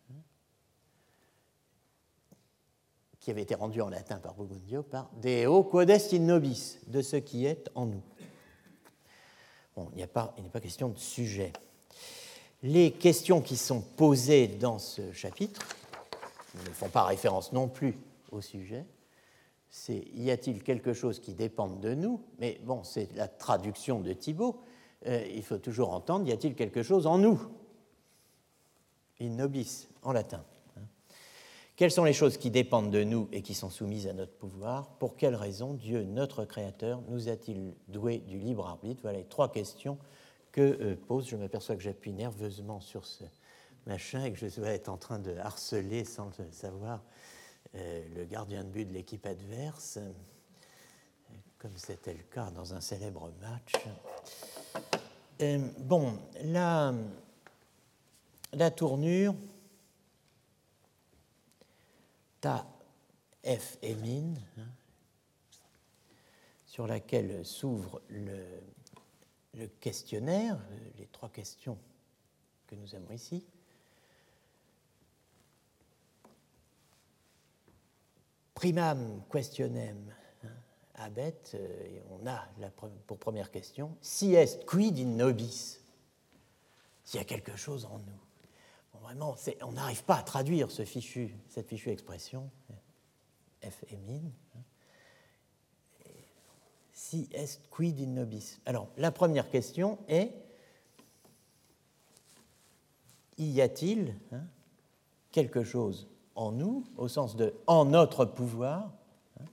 qui avait été rendu en latin par Burgundio, par Deo quod est in nobis, de ce qui est en nous. Bon, il n'y a pas, il n'est pas question de sujet. Les questions qui sont posées dans ce chapitre ne font pas référence non plus au sujet. C'est y a-t-il quelque chose qui dépende de nous? Mais bon, c'est la traduction de Thibaut. Euh, il faut toujours entendre y a-t-il quelque chose en nous? In nobis, en latin. Quelles sont les choses qui dépendent de nous et qui sont soumises à notre pouvoir? Pour quelles raisons Dieu, notre Créateur, nous a-t-il doués du libre arbitre? Voilà les trois questions que euh, pose. Je m'aperçois que j'appuie nerveusement sur ce machin et que je dois être en train de harceler, sans le savoir, euh, le gardien de but de l'équipe adverse. comme c'était le cas dans un célèbre match. Euh, bon, la, la tournure ta F et min, hein, sur laquelle s'ouvre le, le questionnaire, les trois questions que nous avons ici. Primam questionem hein, abet, et on a la, pour première question, si est quid in nobis, s'il y a quelque chose en nous. Bon, vraiment, on n'arrive pas à traduire ce fichu, cette fichue expression, F et min. Hein. Si est quid in nobis. Alors, la première question est, y a-t-il hein, quelque chose en nous, au sens de en notre pouvoir, hein,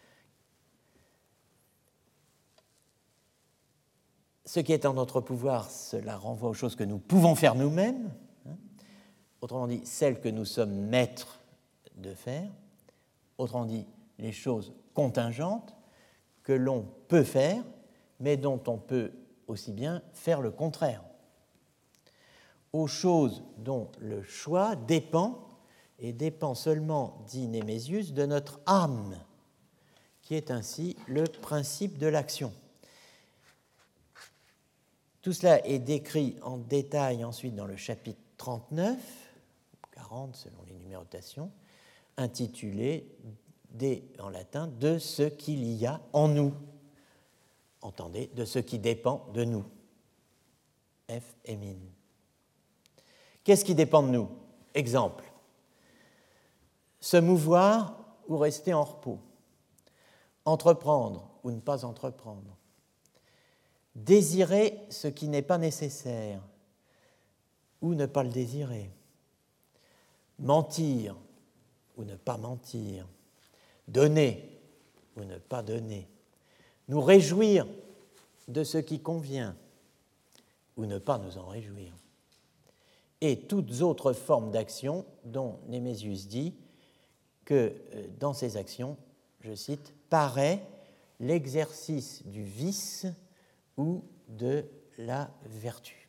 ce qui est en notre pouvoir, cela renvoie aux choses que nous pouvons faire nous-mêmes, hein, autrement dit, celles que nous sommes maîtres de faire, autrement dit, les choses contingentes que l'on peut faire, mais dont on peut aussi bien faire le contraire. Aux choses dont le choix dépend, et dépend seulement, dit Némésius, de notre âme, qui est ainsi le principe de l'action. Tout cela est décrit en détail ensuite dans le chapitre trente-neuf, quarante selon les numérotations, intitulé de, en latin « de ce qu'il y a en nous ». Entendez, de ce qui dépend de nous. F et min. Qu'est-ce qui dépend de nous? Exemple. Se mouvoir ou rester en repos. Entreprendre ou ne pas entreprendre. Désirer ce qui n'est pas nécessaire ou ne pas le désirer. Mentir ou ne pas mentir. Donner ou ne pas donner. Nous réjouir de ce qui convient ou ne pas nous en réjouir. Et toutes autres formes d'action dont Némésius dit que dans ces actions, je cite, paraît l'exercice du vice ou de la vertu.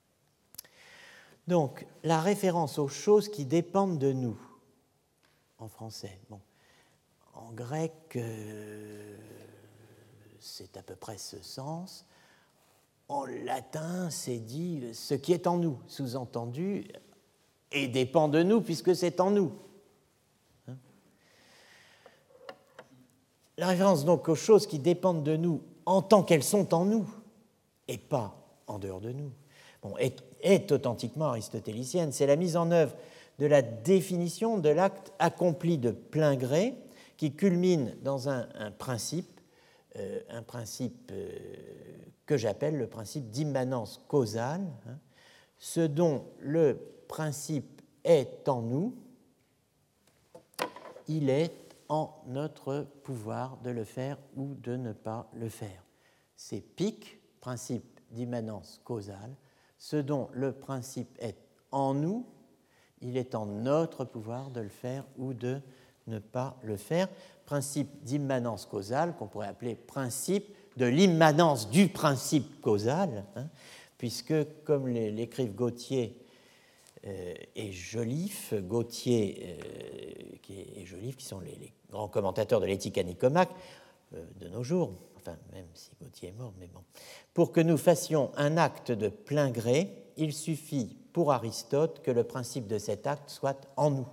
Donc, la référence aux choses qui dépendent de nous, en français. Bon, en grec, euh, c'est à peu près ce sens. En latin, c'est dit ce qui est en nous, sous-entendu, et dépend de nous puisque c'est en nous. Hein? La référence donc aux choses qui dépendent de nous en tant qu'elles sont en nous et pas en dehors de nous, bon, est, est authentiquement aristotélicienne. C'est la mise en œuvre de la définition de l'acte accompli de plein gré qui culmine dans un, un principe, euh, un principe euh, que j'appelle le principe d'immanence causale, hein, ce dont le principe est en nous, il est en notre pouvoir de le faire ou de ne pas le faire. C'est P I C, principe d'immanence causale, ce dont le principe est en nous, il est en notre pouvoir de le faire ou de ne pas le faire. Principe d'immanence causale qu'on pourrait appeler principe de l'immanence du principe causal, hein, puisque, comme l'écrivent Gautier euh, et Joliffe, Gautier euh, qui est, et Joliffe, qui sont les, les grands commentateurs de l'éthique à Nicomaque euh, de nos jours, enfin, même si Gautier est mort, mais bon. Pour que nous fassions un acte de plein gré, il suffit pour Aristote que le principe de cet acte soit en nous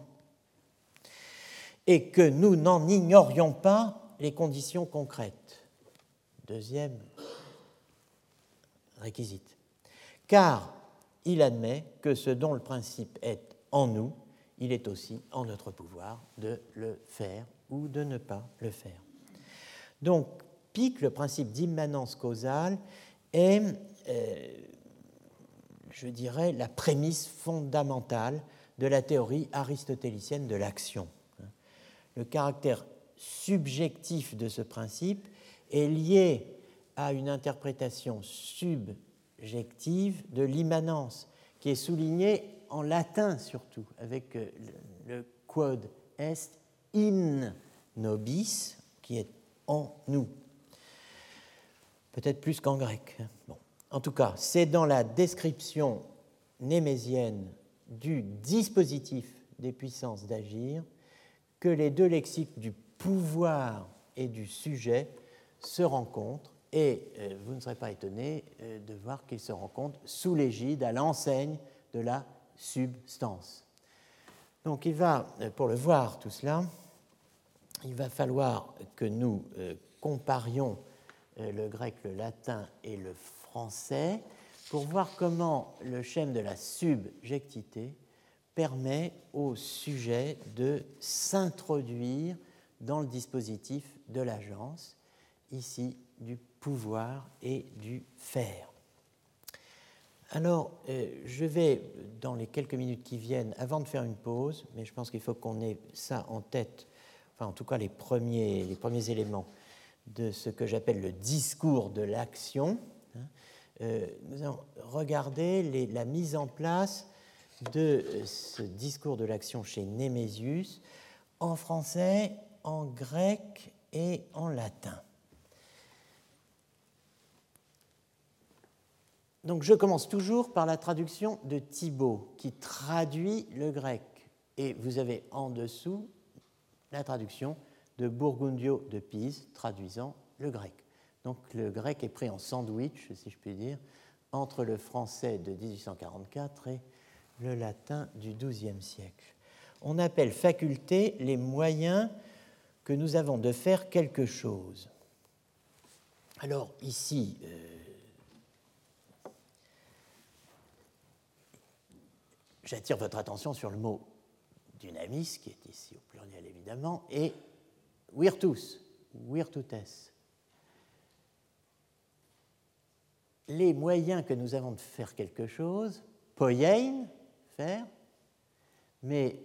et que nous n'en ignorions pas les conditions concrètes. Deuxième réquisite. Car il admet que ce dont le principe est en nous, il est aussi en notre pouvoir de le faire ou de ne pas le faire. Donc, P I C, le principe d'immanence causale, est, euh, je dirais, la prémisse fondamentale de la théorie aristotélicienne de l'action. Le caractère subjectif de ce principe est lié à une interprétation subjective de l'immanence, qui est soulignée en latin surtout, avec le, le quod est in nobis, qui est en nous. peut-être plus qu'en grec. Bon. En tout cas, c'est dans la description némésienne du dispositif des puissances d'agir que les deux lexiques du pouvoir et du sujet se rencontrent, et euh, vous ne serez pas étonné euh, de voir qu'ils se rencontrent sous l'égide, à l'enseigne de la substance. Donc il va, pour le voir tout cela, il va falloir que nous euh, comparions euh, le grec, le latin et le français pour voir comment le schème de la subjectité permet au sujet de s'introduire dans le dispositif de l'agence, ici du pouvoir et du faire. Alors, euh, je vais, dans les quelques minutes qui viennent, avant de faire une pause, mais je pense qu'il faut qu'on ait ça en tête, enfin en tout cas les premiers, les premiers éléments de ce que j'appelle le discours de l'action. Hein, euh, nous allons regarder les, la mise en place de ce discours de l'action chez Némésius en français, en grec et en latin. Donc je commence toujours par la traduction de Thibaut, qui traduit le grec. Et vous avez en dessous la traduction de Burgundio de Pise, traduisant le grec. Donc le grec est pris en sandwich, si je puis dire, entre le français de dix-huit cent quarante-quatre et le latin du douzième siècle. On appelle faculté les moyens que nous avons de faire quelque chose. Alors ici, euh, j'attire votre attention sur le mot dynamis, qui est ici au pluriel évidemment, et virtus, virtutes. Les moyens que nous avons de faire quelque chose, poiein, faire, mais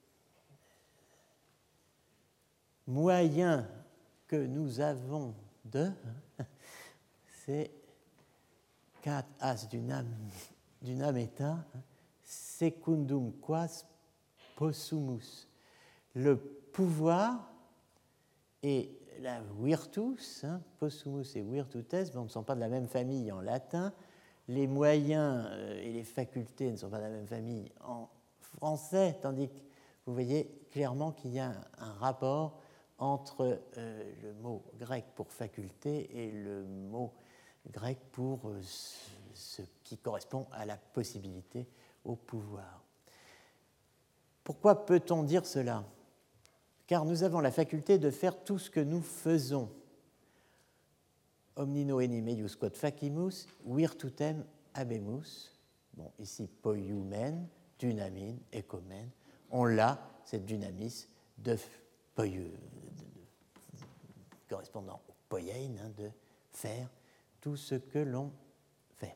moyens que nous avons de, c'est cat as dunam, dunameta, secundum quas possumus. Le pouvoir et la virtus, hein, possumus et virtutes, bon, ne sont pas de la même famille en latin. Les moyens et les facultés ne sont pas de la même famille en français, tandis que vous voyez clairement qu'il y a un, un rapport entre euh, le mot grec pour faculté et le mot grec pour euh, ce qui correspond à la possibilité, au pouvoir. Pourquoi peut-on dire cela ? Car nous avons la faculté de faire tout ce que nous faisons. Omnino enim eius quod facimus, virtutem habemus. Bon, ici, poiumen, dynamin, ecomen. On l'a, cette dynamis, de, poiu, de, de, correspondant au poiein, hein, de faire tout ce que l'on fait.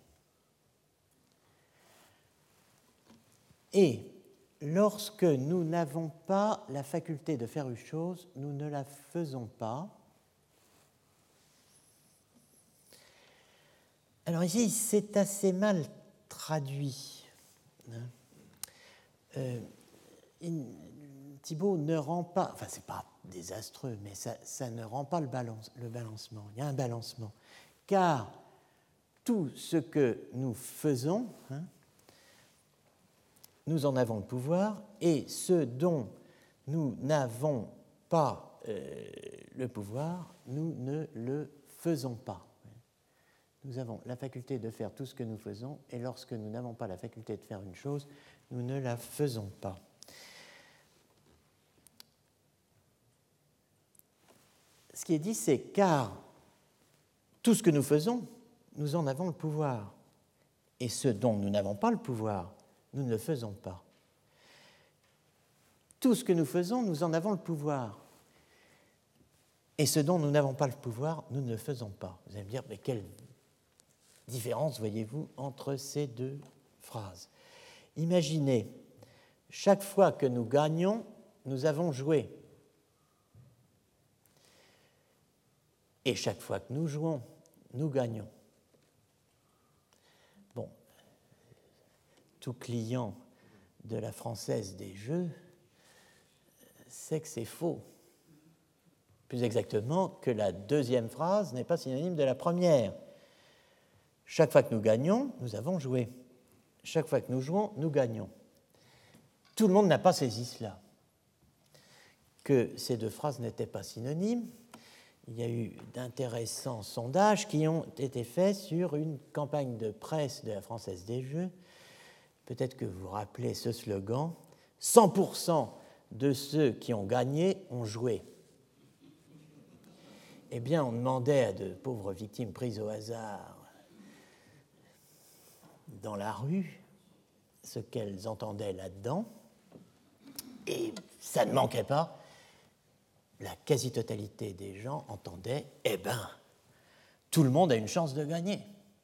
Et lorsque nous n'avons pas la faculté de faire une chose, nous ne la faisons pas. Alors ici, c'est assez mal traduit. Euh, Thibaut ne rend pas, enfin c'est pas désastreux, mais ça, ça ne rend pas le, balance, le balancement. Il y a un balancement. Car tout ce que nous faisons, hein, nous en avons le pouvoir, et ce dont nous n'avons pas euh, le pouvoir, nous ne le faisons pas. Nous avons la faculté de faire tout ce que nous faisons, et lorsque nous n'avons pas la faculté de faire une chose, nous ne la faisons pas. Ce qui est dit, c'est car tout ce que nous faisons, nous en avons le pouvoir, et ce dont nous n'avons pas le pouvoir, nous ne le faisons pas. Tout ce que nous faisons, nous en avons le pouvoir. Et ce dont nous n'avons pas le pouvoir, nous ne le faisons pas. Vous allez me dire, mais quelle différence voyez-vous entre ces deux phrases ? Imaginez, chaque fois que nous gagnons, nous avons joué. Et chaque fois que nous jouons, nous gagnons. Bon, tout client de la Française des Jeux sait que c'est faux. Plus exactement, que la deuxième phrase n'est pas synonyme de la première. Chaque fois que nous gagnons, nous avons joué. Chaque fois que nous jouons, nous gagnons. Tout le monde n'a pas saisi cela, que ces deux phrases n'étaient pas synonymes. Il y a eu d'intéressants sondages qui ont été faits sur une campagne de presse de la Française des Jeux. Peut-être que vous vous rappelez ce slogan, cent pour cent de ceux qui ont gagné ont joué. Eh bien, on demandait à de pauvres victimes prises au hasard dans la rue ce qu'elles entendaient là-dedans, et ça ne manquait pas. La quasi-totalité des gens entendaient « Eh bien, tout le monde a une chance de gagner ».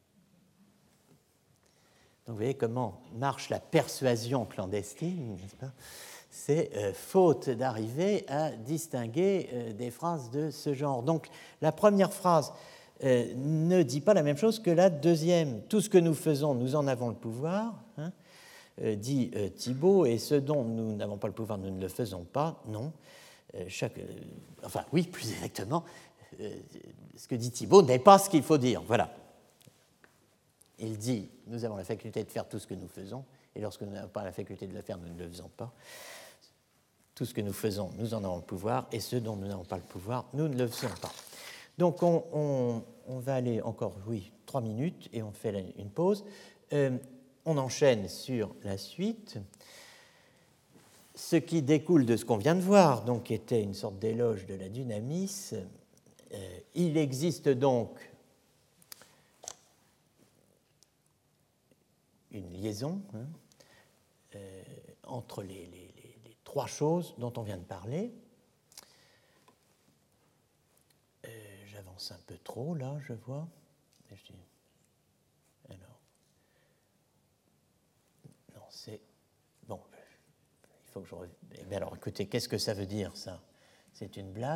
Donc vous voyez comment marche la persuasion clandestine, n'est-ce pas ? C'est euh, faute d'arriver à distinguer euh, des phrases de ce genre. Donc la première phrase euh, ne dit pas la même chose que la deuxième. Tout ce que nous faisons, nous en avons le pouvoir, hein, euh, dit euh, Thibaut, et ce dont nous n'avons pas le pouvoir, nous ne le faisons pas, non. Euh, chaque, euh, enfin oui, plus exactement, euh, ce que dit Thibaut n'est pas ce qu'il faut dire. Voilà. Il dit, nous avons la faculté de faire tout ce que nous faisons, et lorsque nous n'avons pas la faculté de le faire, nous ne le faisons pas. Tout ce que nous faisons, nous en avons le pouvoir, et ce dont nous n'avons pas le pouvoir, nous ne le faisons pas. Donc on, on, on va aller encore, oui, trois minutes, et on fait une pause. Euh, on enchaîne sur la suite. Ce qui découle de ce qu'on vient de voir, donc, était une sorte d'éloge de la dynamis. Euh, il existe donc une liaison hein, euh, entre les, les, les, les trois choses dont on vient de parler. Euh, j'avance un peu trop, là, je vois. Alors, non, c'est... Bon, il faut que je... Eh bien, alors, écoutez, qu'est-ce que ça veut dire, ça ? C'est une blague ?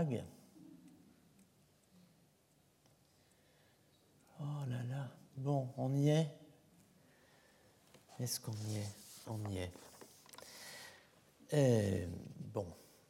Oh là là, bon, on y est ? Est-ce qu'on y est ? On y est. Euh, bon.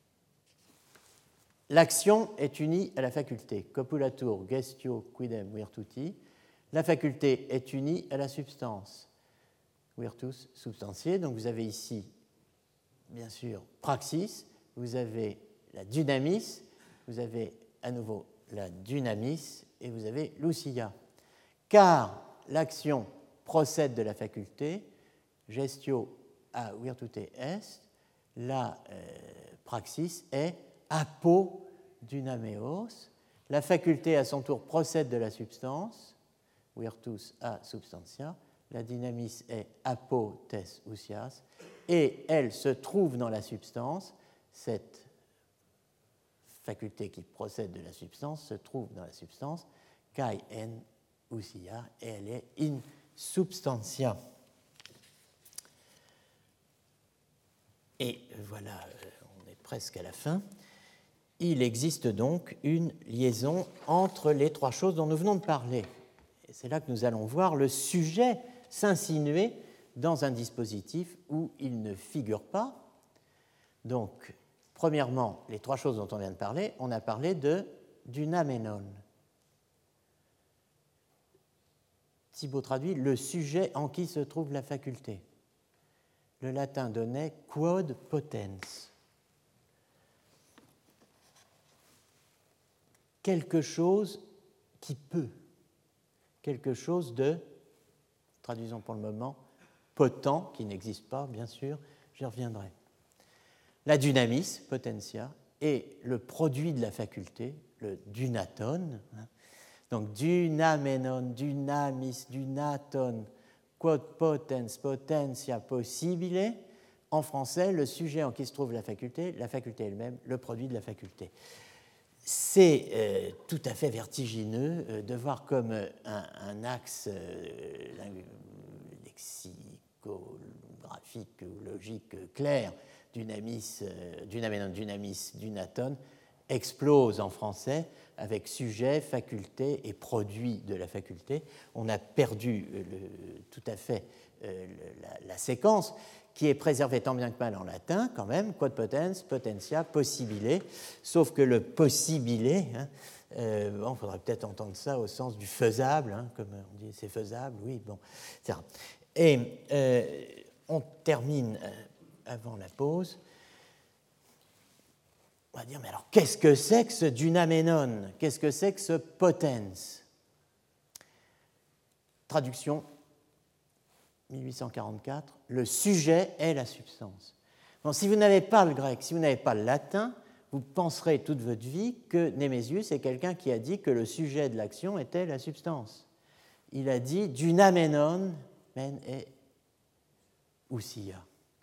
L'action est unie à la faculté. Copulatur, gestio, quidem, virtuti. La faculté est unie à la substance. Virtus, substantiae. Donc vous avez ici, bien sûr, praxis. Vous avez la dynamis. Vous avez à nouveau la dynamis. Et vous avez l'ousia. Car l'action procède de la faculté. Gestio a virtute est, la euh, praxis est apodynameos. La faculté, à son tour, procède de la substance, virtus a substantia. La dynamis est apotes ousias, et elle se trouve dans la substance. Cette faculté qui procède de la substance se trouve dans la substance, kai en ousia, et elle est in substantia. Et voilà, on est presque à la fin. Il existe donc une liaison entre les trois choses dont nous venons de parler. Et c'est là que nous allons voir le sujet s'insinuer dans un dispositif où il ne figure pas. Donc, premièrement, les trois choses dont on vient de parler, on a parlé de dunamenon. Thibaut traduit le sujet en qui se trouve la faculté. Le latin donnait quod potens. Quelque chose qui peut, quelque chose de, traduisons pour le moment, potent, qui n'existe pas, bien sûr, j'y reviendrai. La dynamis, potentia, est le produit de la faculté, le dunaton. Donc dynamenon, dynamis, dunaton, quod potens, potentia possibile. En français, le sujet en qui se trouve la faculté, la faculté elle-même, le produit de la faculté. C'est euh, tout à fait vertigineux euh, de voir comme euh, un, un axe euh, lexicographique ou logique euh, clair, dynamis, euh, dynamenon, dynamis, dunaton, explose en français avec sujet, faculté et produit de la faculté. On a perdu le, tout à fait euh, le, la, la séquence qui est préservée tant bien que mal en latin quand même, quod potens, potentia, possibile, sauf que le possibile, hein, euh, bon, il faudrait peut-être entendre ça au sens du faisable, hein, comme on dit c'est faisable, oui, bon, et cetera. Et euh, on termine euh, avant la pause. On va dire, mais alors, qu'est-ce que c'est que ce dynaménon? Qu'est-ce que c'est que ce potens? Traduction, mille huit cent quarante-quatre, le sujet est la substance. Bon, si vous n'avez pas le grec, si vous n'avez pas le latin, vous penserez toute votre vie que Némésius est quelqu'un qui a dit que le sujet de l'action était la substance. Il a dit dynaménon, men et ousia.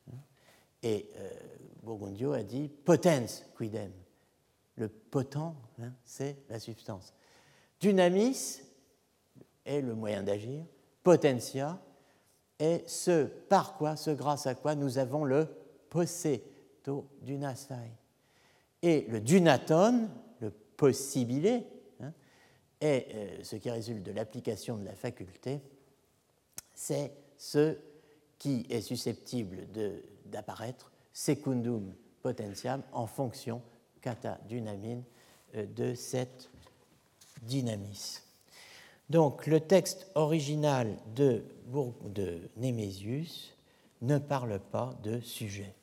Et euh, Burgundio a dit potens quidem. Le potent, hein, c'est la substance. Dynamis est le moyen d'agir. Potentia est ce par quoi, ce grâce à quoi nous avons le posseto dynastai. Et le dynaton, le possibile, hein, est euh, ce qui résulte de l'application de la faculté, c'est ce qui est susceptible de, d'apparaître secundum potentiam en fonction kata dynamine de cette dynamis. Donc le texte original de, de Némésius ne parle pas de sujet.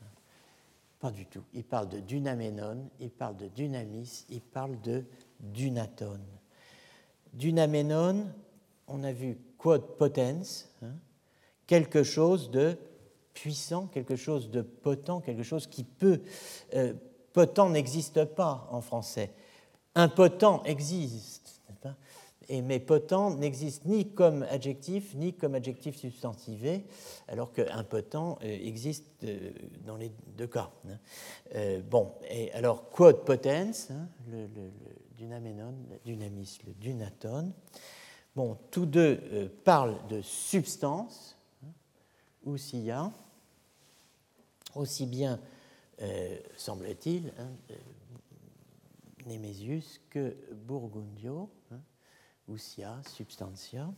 Pas du tout. Il parle de dynaménon, il parle de dynamis, il parle de dynaton. Dynaménon, on a vu quod potens, hein, quelque chose de puissant, quelque chose de potent, quelque chose qui peut... Euh, potent n'existe pas en français. Impotent existe, n'est-ce pas ? Et, mais potent n'existe ni comme adjectif, ni comme adjectif substantivé, alors qu'impotent euh, existe euh, dans les deux cas. Hein. Euh, bon, et alors, quod potens, hein, le, le, le dynaménon, le dynamis, le dynaton, bon, tous deux euh, parlent de substance, ousia, aussi bien, euh, semble-t-il, hein, euh, Némésius que Burgundio, hein, ousia, substantia.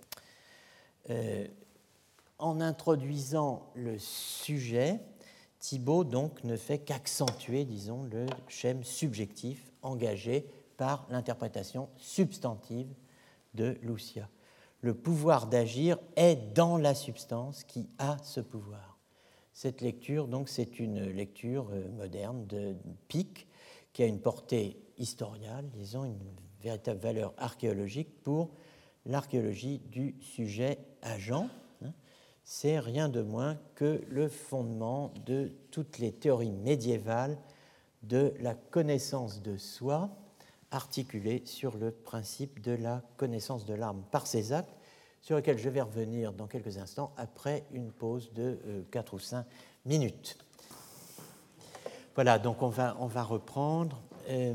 Euh, en introduisant le sujet, Thibaut donc ne fait qu'accentuer, disons, le schème subjectif engagé par l'interprétation substantive de l'ousia. Le pouvoir d'agir est dans la substance qui a ce pouvoir. Cette lecture, donc, c'est une lecture moderne de Pic qui a une portée historiale, disons, une véritable valeur archéologique pour l'archéologie du sujet agent. C'est rien de moins que le fondement de toutes les théories médiévales de la connaissance de soi, articulée sur le principe de la connaissance de l'âme par ses actes, sur lequel je vais revenir dans quelques instants après une pause de euh, quatre ou cinq minutes. Voilà, donc on va, on va reprendre. Euh,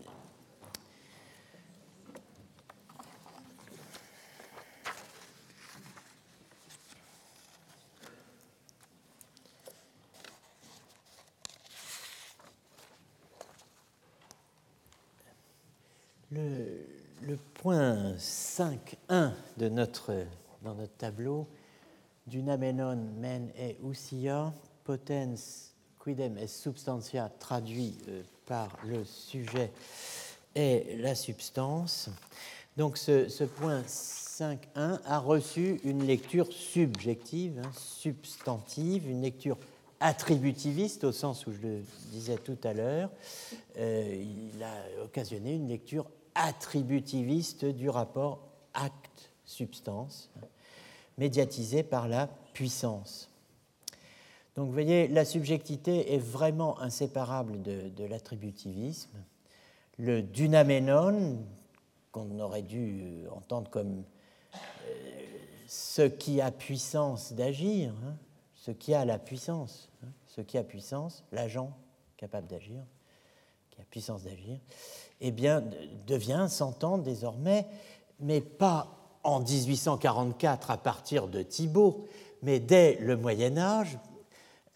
le, le point cinq point un de notre, dans notre tableau, dynaménon men et ousia, potens quidem est substantia, traduit euh, par le sujet et la substance. Donc ce, ce point cinq point un a reçu une lecture subjective, hein, substantive, une lecture attributiviste au sens où je le disais tout à l'heure. Euh, il a occasionné une lecture attributiviste du rapport acte-substance, hein, médiatisé par la puissance. Donc vous voyez, la subjectivité est vraiment inséparable de, de l'attributivisme. Le dynaménon, qu'on aurait dû entendre comme euh, ce qui a puissance d'agir, hein, ce qui a la puissance, hein, ce qui a puissance, l'agent capable d'agir, qui a puissance d'agir, eh bien, devient, s'entend désormais, mais pas en dix-huit cent quarante-quatre à partir de Thibaut, mais dès le Moyen-Âge,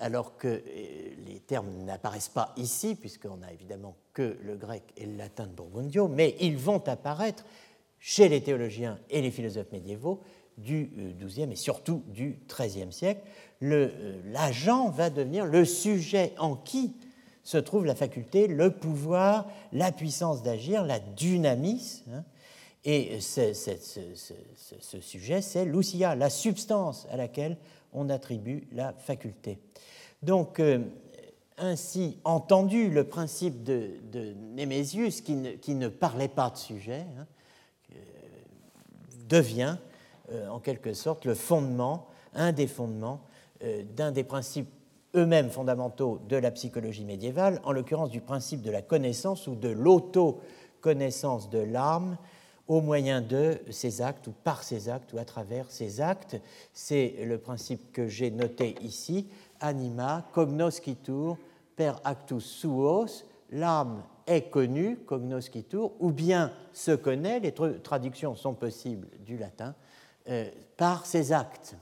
alors que les termes n'apparaissent pas ici, puisqu'on n'a évidemment que le grec et le latin de Burgundio, mais ils vont apparaître chez les théologiens et les philosophes médiévaux du douzième et surtout du treizième siècle. L'agent va devenir le sujet en qui se trouve la faculté, le pouvoir, la puissance d'agir, la dynamis. Hein, et ce, ce, ce, ce, ce sujet, c'est l'ousia, la substance à laquelle on attribue la faculté. Donc, euh, ainsi entendu, le principe de, de Némésius, qui ne, qui ne parlait pas de sujet, hein, euh, devient euh, en quelque sorte le fondement, un des fondements euh, d'un des principes eux-mêmes fondamentaux de la psychologie médiévale, en l'occurrence du principe de la connaissance ou de l'auto-connaissance de l'âme au moyen de ses actes ou par ses actes ou à travers ses actes. C'est le principe que j'ai noté ici, anima cognoscitur per actus suos, l'âme est connue, cognoscitur, ou bien se connaît, les traductions sont possibles du latin, euh, par ses actes.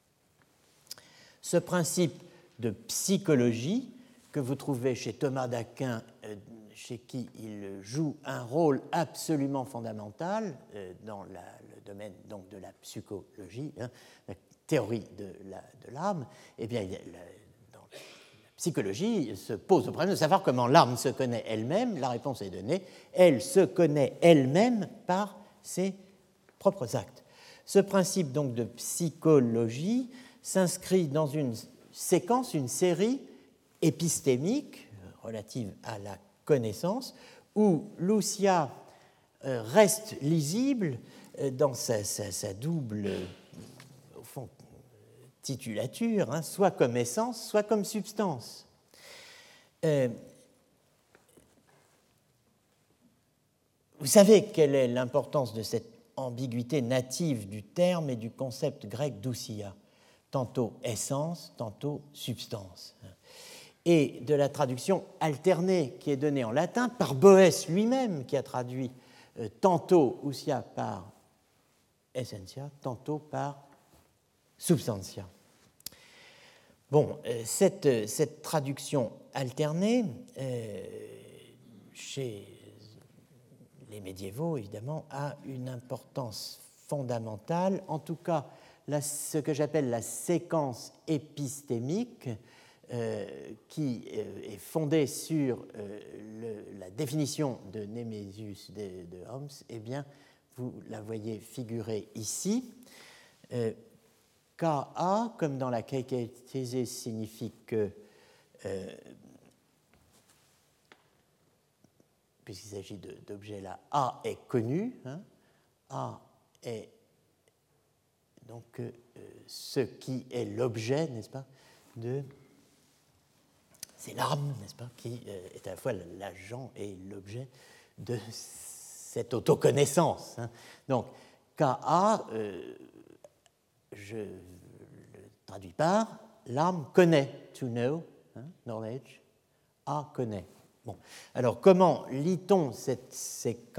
Ce principe de psychologie que vous trouvez chez Thomas d'Aquin, euh, chez qui il joue un rôle absolument fondamental euh, dans la, le domaine donc, de la psychologie, hein, la théorie de l'âme, eh bien, il, la, dans la psychologie se pose le problème de savoir comment l'âme se connaît elle-même. La réponse est donnée, elle se connaît elle-même par ses propres actes. Ce principe donc de psychologie s'inscrit dans une séquence, une série épistémique relative à la connaissance, où l'ousia reste lisible dans sa, sa, sa double au fond, titulature, hein, soit comme essence, soit comme substance. Euh, vous savez quelle est l'importance de cette ambiguïté native du terme et du concept grec d'ousia, tantôt essence, tantôt substance, et de la traduction alternée qui est donnée en latin par Boès lui-même, qui a traduit euh, tantôt ousia par essentia, tantôt par substantia. Bon, euh, cette, cette traduction alternée, euh, chez les médiévaux, évidemment, a une importance fondamentale, en tout cas la, ce que j'appelle la séquence épistémique, Euh, qui euh, est fondée sur euh, le, la définition de Némésius de, de Homs, eh bien, vous la voyez figurer ici. Euh, K A, comme dans la catéchésis, signifie que, euh, puisqu'il s'agit d'objets là, A est connu, hein, A est donc euh, ce qui est l'objet, n'est-ce pas, de... C'est l'âme, n'est-ce pas, qui est à la fois l'agent et l'objet de cette autoconnaissance. Hein. Donc, K A, euh, je le traduis par l'âme connaît, to know, hein, knowledge, A connaît. Bon. Alors, comment lit-on cette séquence ?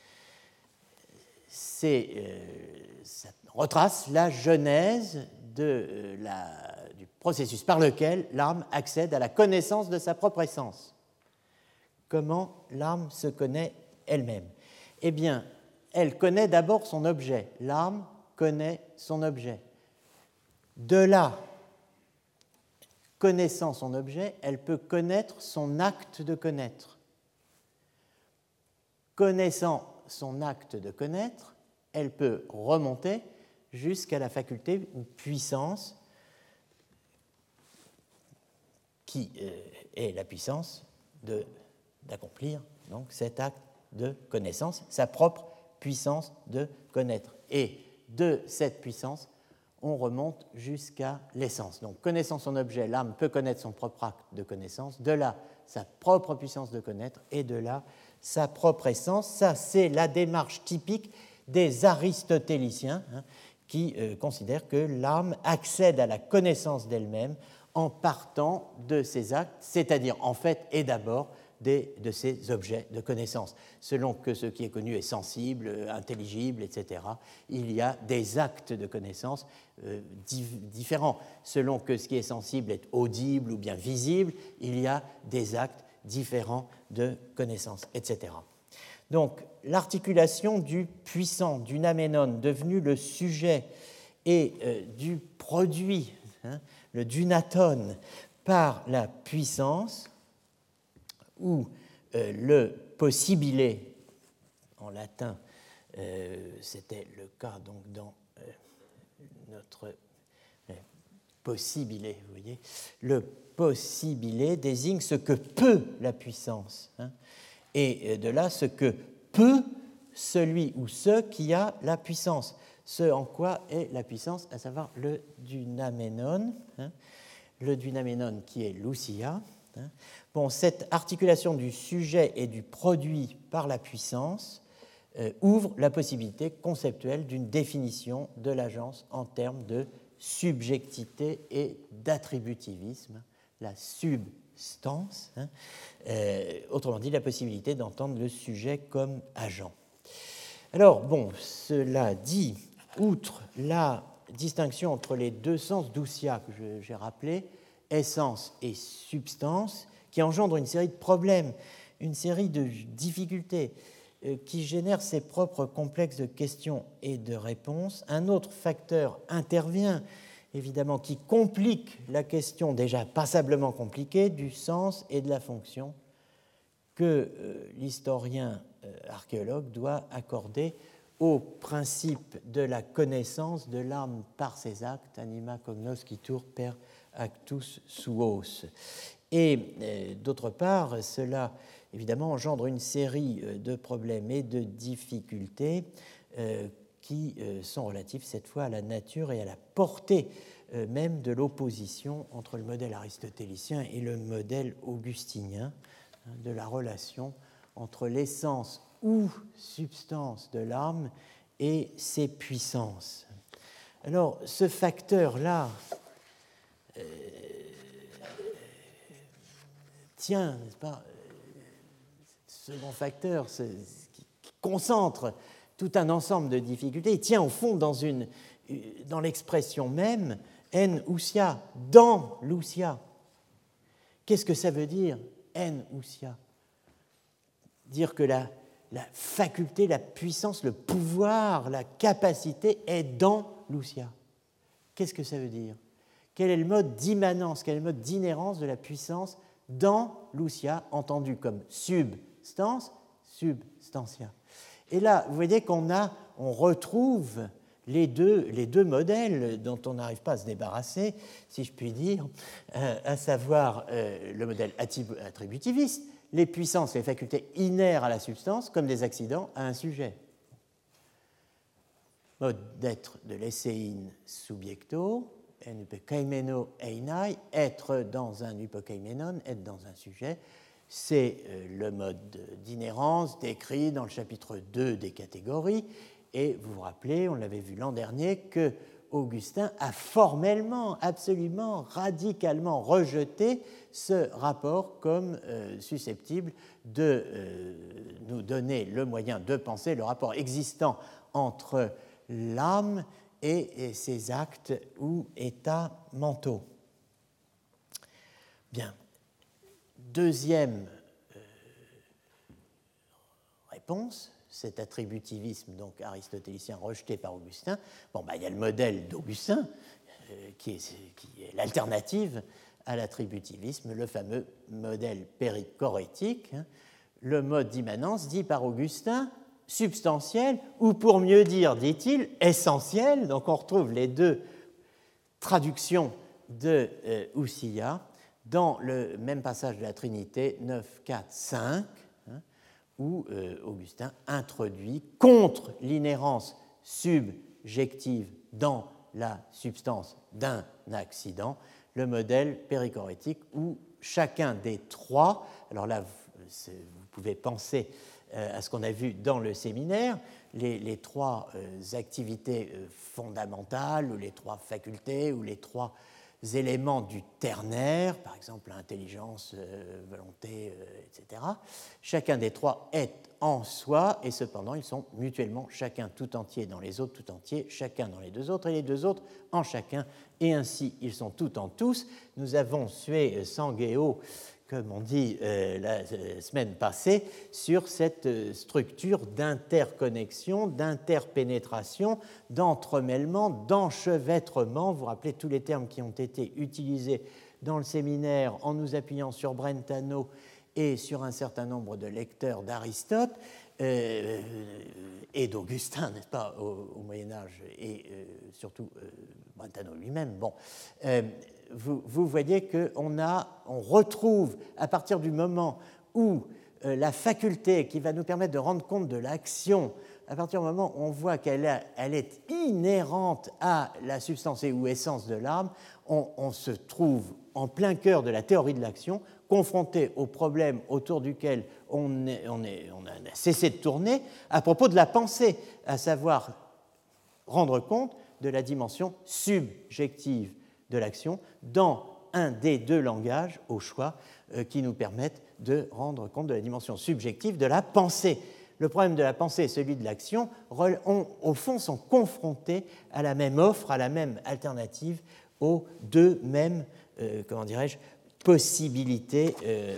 C'est, euh, ça retrace la genèse de euh, la du processus par lequel l'âme accède à la connaissance de sa propre essence. Comment l'âme se connaît elle-même ? Eh bien, elle connaît d'abord son objet. L'âme connaît son objet. De là, connaissant son objet, elle peut connaître son acte de connaître. Connaissant son acte de connaître, elle peut remonter jusqu'à la faculté ou puissance qui est la puissance de, d'accomplir donc, cet acte de connaissance, sa propre puissance de connaître. Et de cette puissance, on remonte jusqu'à l'essence. Donc, connaissant son objet, l'âme peut connaître son propre acte de connaissance, de là, sa propre puissance de connaître, et de là, sa propre essence. Ça, c'est la démarche typique des aristotéliciens, hein, qui euh, considèrent que l'âme accède à la connaissance d'elle-même en partant de ses actes, c'est-à-dire en fait et d'abord des, de ces objets de connaissance. Selon que ce qui est connu est sensible, intelligible, et cetera, il y a des actes de connaissance euh, dif- différents. Selon que ce qui est sensible est audible ou bien visible, il y a des actes différents de connaissance, et cetera. Donc, l'articulation du puissant, du naménon, devenu le sujet, et euh, du produit, hein, le dunaton, par la puissance, ou euh, le possibile, en latin, euh, c'était le cas donc dans euh, notre euh, possibile, vous voyez, le possibile désigne ce que peut la puissance, hein, et de là ce que peut celui ou ce qui a la puissance, ce en quoi est la puissance, à savoir le dunaménon, hein, le dunaménon qui est l'ousia. Hein. Bon, cette articulation du sujet et du produit par la puissance euh, ouvre la possibilité conceptuelle d'une définition de l'agence en termes de subjectivité et d'attributivisme, la substance, hein, euh, autrement dit la possibilité d'entendre le sujet comme agent. Alors, bon, cela dit, outre la distinction entre les deux sens d'ousia que je, j'ai rappelé, essence et substance, qui engendre une série de problèmes, une série de difficultés, euh, qui génèrent ses propres complexes de questions et de réponses. Un autre facteur intervient, évidemment, qui complique la question déjà passablement compliquée du sens et de la fonction que euh, l'historien euh, archéologue doit accorder au principe de la connaissance de l'âme par ses actes, anima cognoscitur per actus suos. Et euh, d'autre part, cela évidemment engendre une série de problèmes et de difficultés euh, qui euh, sont relatifs cette fois à la nature et à la portée euh, même de l'opposition entre le modèle aristotélicien et le modèle augustinien, hein, de la relation entre l'essence ou substance de l'âme et ses puissances. Alors, ce facteur-là euh, tient, n'est-ce pas, second facteur, ce, qui concentre tout un ensemble de difficultés, il tient au fond dans, une, dans l'expression même en ousia, dans l'ousia. Qu'est-ce que ça veut dire, en ousia? Dire que la, la faculté, la puissance, le pouvoir, la capacité est dans l'ousia. Qu'est-ce que ça veut dire? Quel est le mode d'immanence, quel est le mode d'inhérence de la puissance dans l'ousia, entendu comme substance, substantia? Et là, vous voyez qu'on a, on retrouve les deux, les deux modèles dont on n'arrive pas à se débarrasser, si je puis dire, euh, à savoir euh, le modèle attributiviste, les puissances, les facultés inhèrent à la substance comme des accidents à un sujet. Mode d'être de l'essein subjecto, en hypokaimeno einai, être dans un hypokaimenon, être dans un sujet, c'est le mode d'inhérence décrit dans le chapitre deux des catégories. Et vous vous rappelez, on l'avait vu l'an dernier, que Augustin a formellement, absolument, radicalement rejeté ce rapport comme euh, susceptible de euh, nous donner le moyen de penser le rapport existant entre l'âme et, et ses actes ou états mentaux. Bien. Deuxième euh, réponse, cet attributivisme donc aristotélicien rejeté par Augustin. Bon, bah, il y a le modèle d'Augustin, euh, qui est, qui est l'alternative à l'attributivisme, le fameux modèle périchorétique, hein, le mode d'immanence dit par Augustin substantiel, ou pour mieux dire, dit-il, essentiel. Donc on retrouve les deux traductions de euh, Ousia dans le même passage de la Trinité neuf, quatre, cinq, hein, où euh, Augustin introduit contre l'inhérence subjective dans la substance d'un accident le modèle périchorétique où chacun des trois, alors là vous, vous pouvez penser euh, à ce qu'on a vu dans le séminaire, les, les trois euh, activités euh, fondamentales ou les trois facultés ou les trois éléments du ternaire, par exemple intelligence, euh, volonté, euh, et cetera. Chacun des trois est en soi, et cependant ils sont mutuellement chacun tout entier dans les autres tout entiers, chacun dans les deux autres, et les deux autres en chacun, et ainsi ils sont tout en tous. Nous avons sué Sangeo, comme on dit euh, la euh, semaine passée, sur cette euh, structure d'interconnexion, d'interpénétration, d'entremêlement, d'enchevêtrement. Vous vous rappelez tous les termes qui ont été utilisés dans le séminaire en nous appuyant sur Brentano et sur un certain nombre de lecteurs d'Aristote euh, et d'Augustin, n'est-ce pas, au, au Moyen-Âge, et euh, surtout euh, Brentano lui-même. Bon, euh, vous, vous voyez qu'on a, on retrouve, à partir du moment où euh, la faculté qui va nous permettre de rendre compte de l'action, à partir du moment où on voit qu'elle a, elle est inhérente à la substance et ou essence de l'arme, on, on se trouve en plein cœur de la théorie de l'action, confronté au problème autour duquel on, est, on, est, on a cessé de tourner à propos de la pensée, à savoir rendre compte de la dimension subjective de l'action dans un des deux langages, au choix, euh, qui nous permettent de rendre compte de la dimension subjective de la pensée. Le problème de la pensée et celui de l'action, ont, au fond, sont confrontés à la même offre, à la même alternative, aux deux mêmes, euh, comment dirais-je, possibilités euh,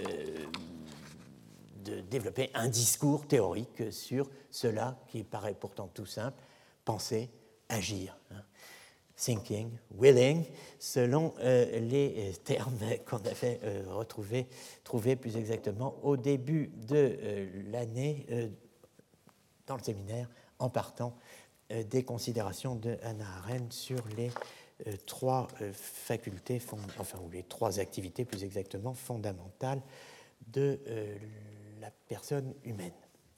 de développer un discours théorique sur cela qui paraît pourtant tout simple, penser, agir. Hein. Thinking, willing, selon euh, les termes qu'on avait euh, retrouvés, trouvés plus exactement au début de euh, l'année euh, dans le séminaire, en partant euh, des considérations de Hannah Arendt sur les euh, trois euh, facultés, fond, enfin, ou les trois activités plus exactement fondamentales de euh, la personne humaine.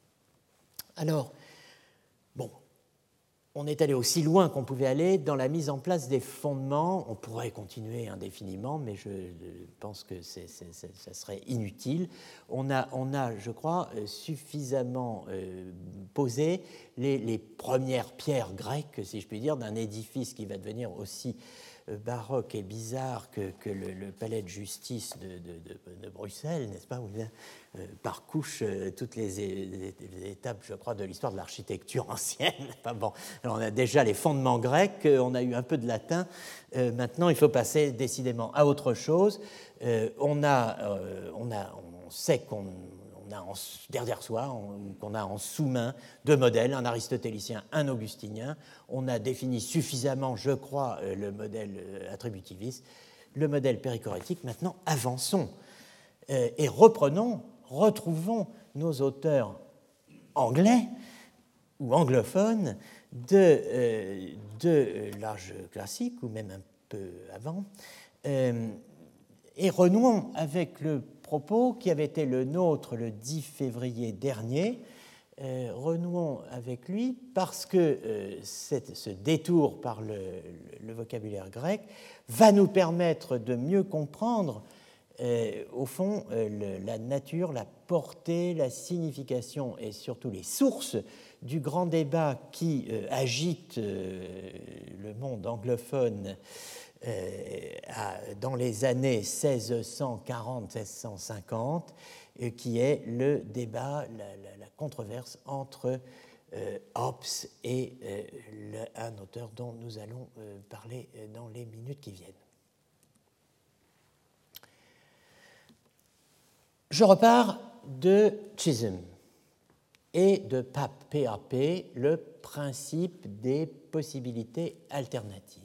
Alors, bon, on est allé aussi loin qu'on pouvait aller dans la mise en place des fondements. On pourrait continuer indéfiniment, mais je pense que c'est, c'est, c'est, ça serait inutile. On a, on a, je crois, suffisamment euh, posé les, les premières pierres grecques, si je puis dire, d'un édifice qui va devenir aussi baroque et bizarre que, que le, le palais de justice de, de, de, de Bruxelles, n'est-ce pas, où il euh, parcouche euh, toutes les, les, les étapes, je crois, de l'histoire de l'architecture ancienne. Pas bon. Alors on a déjà les fondements grecs, on a eu un peu de latin, euh, maintenant il faut passer décidément à autre chose. Euh, on, a, euh, on, a, on sait qu'on on a en, derrière soi, on, qu'on a en sous-main deux modèles, un aristotélicien, un augustinien. On a défini suffisamment, je crois, le modèle attributiviste, le modèle périchorétique. Maintenant, avançons euh, et reprenons, retrouvons nos auteurs anglais ou anglophones de, euh, de l'âge classique, ou même un peu avant, euh, et renouons avec le propos qui avait été le nôtre le dix février dernier. Euh, renouons avec lui parce que euh, cette, ce détour par le, le, le vocabulaire grec va nous permettre de mieux comprendre, euh, au fond, euh, le, la nature, la portée, la signification et surtout les sources du grand débat qui euh, agite euh, le monde anglophone Euh, à, dans les années seize cent quarante à seize cent cinquante, euh, qui est le débat, la, la, la controverse entre euh, Hobbes et euh, le, un auteur dont nous allons euh, parler dans les minutes qui viennent. Je repars de Chisholm et de Pape, P A P, le principe des possibilités alternatives.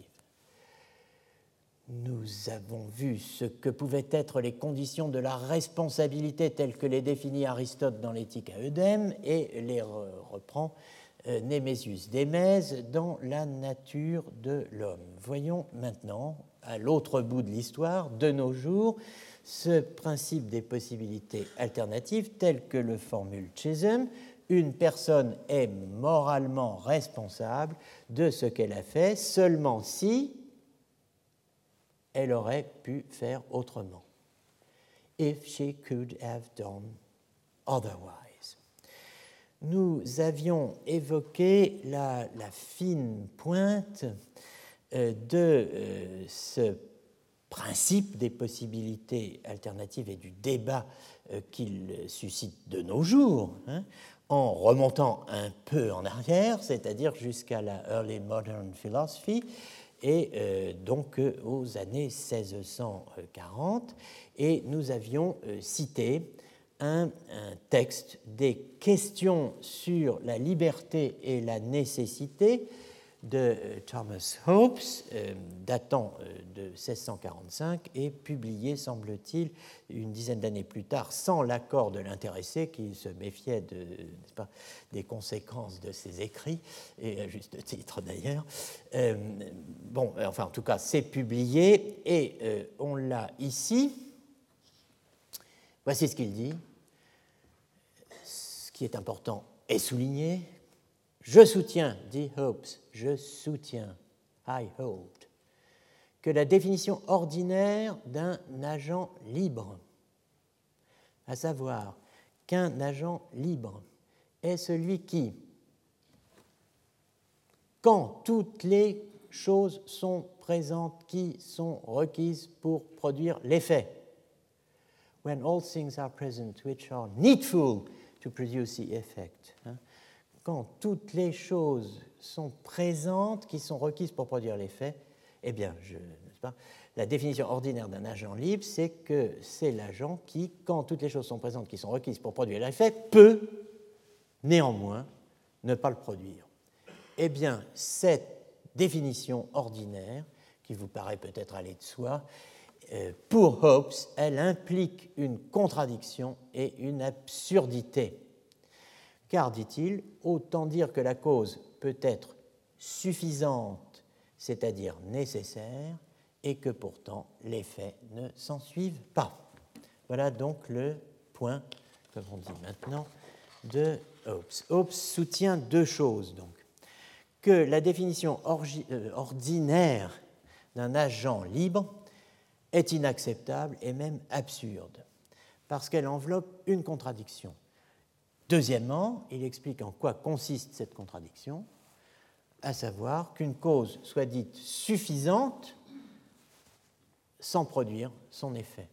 Nous avons vu ce que pouvaient être les conditions de la responsabilité telles que les définit Aristote dans l'Éthique à Eudème et les reprend euh, Némésius d'Émèse dans La nature de l'homme. Voyons maintenant, à l'autre bout de l'histoire, de nos jours, ce principe des possibilités alternatives tel que le formule Chisholm. Une personne est moralement responsable de ce qu'elle a fait seulement si elle aurait pu faire autrement. If she could have done otherwise. Nous avions évoqué la, la fine pointe euh, de euh, ce principe des possibilités alternatives et du débat euh, qu'il suscite de nos jours, hein, en remontant un peu en arrière, c'est-à-dire jusqu'à la Early Modern Philosophy, et euh, donc euh, aux années seize cent quarante, et nous avions euh, cité un, un texte des questions sur la liberté et la nécessité de Thomas Hobbes, euh, datant euh, de seize cent quarante-cinq et publié, semble-t-il, une dizaine d'années plus tard, sans l'accord de l'intéressé qui se méfiait de, n'est-ce pas, des conséquences de ses écrits, et à juste titre d'ailleurs. Euh, bon, enfin, en tout cas, c'est publié et euh, on l'a ici. Voici ce qu'il dit. Ce qui est important est souligné. Je soutiens, dit Hobbes, je soutiens, I hold, que la définition ordinaire d'un agent libre, à savoir qu'un agent libre est celui qui, quand toutes les choses sont présentes qui sont requises pour produire l'effet, when all things are present which are needful to produce the effect, hein, quand toutes les choses sont présentes qui sont requises pour produire l'effet, eh bien, je, n'est-ce pas, la définition ordinaire d'un agent libre, c'est que c'est l'agent qui, quand toutes les choses sont présentes qui sont requises pour produire l'effet, peut néanmoins ne pas le produire. Eh bien, cette définition ordinaire, qui vous paraît peut-être aller de soi, euh, pour Hobbes, elle implique une contradiction et une absurdité. Car, dit-il, autant dire que la cause peut être suffisante, c'est-à-dire nécessaire, et que pourtant les faits ne s'en suivent pas. Voilà donc le point, comme on dit maintenant, de Hobbes. Hobbes soutient deux choses, donc. Que la définition orgi- euh, ordinaire d'un agent libre est inacceptable et même absurde, parce qu'elle enveloppe une contradiction. Deuxièmement, il explique en quoi consiste cette contradiction, à savoir qu'une cause soit dite suffisante sans produire son effet.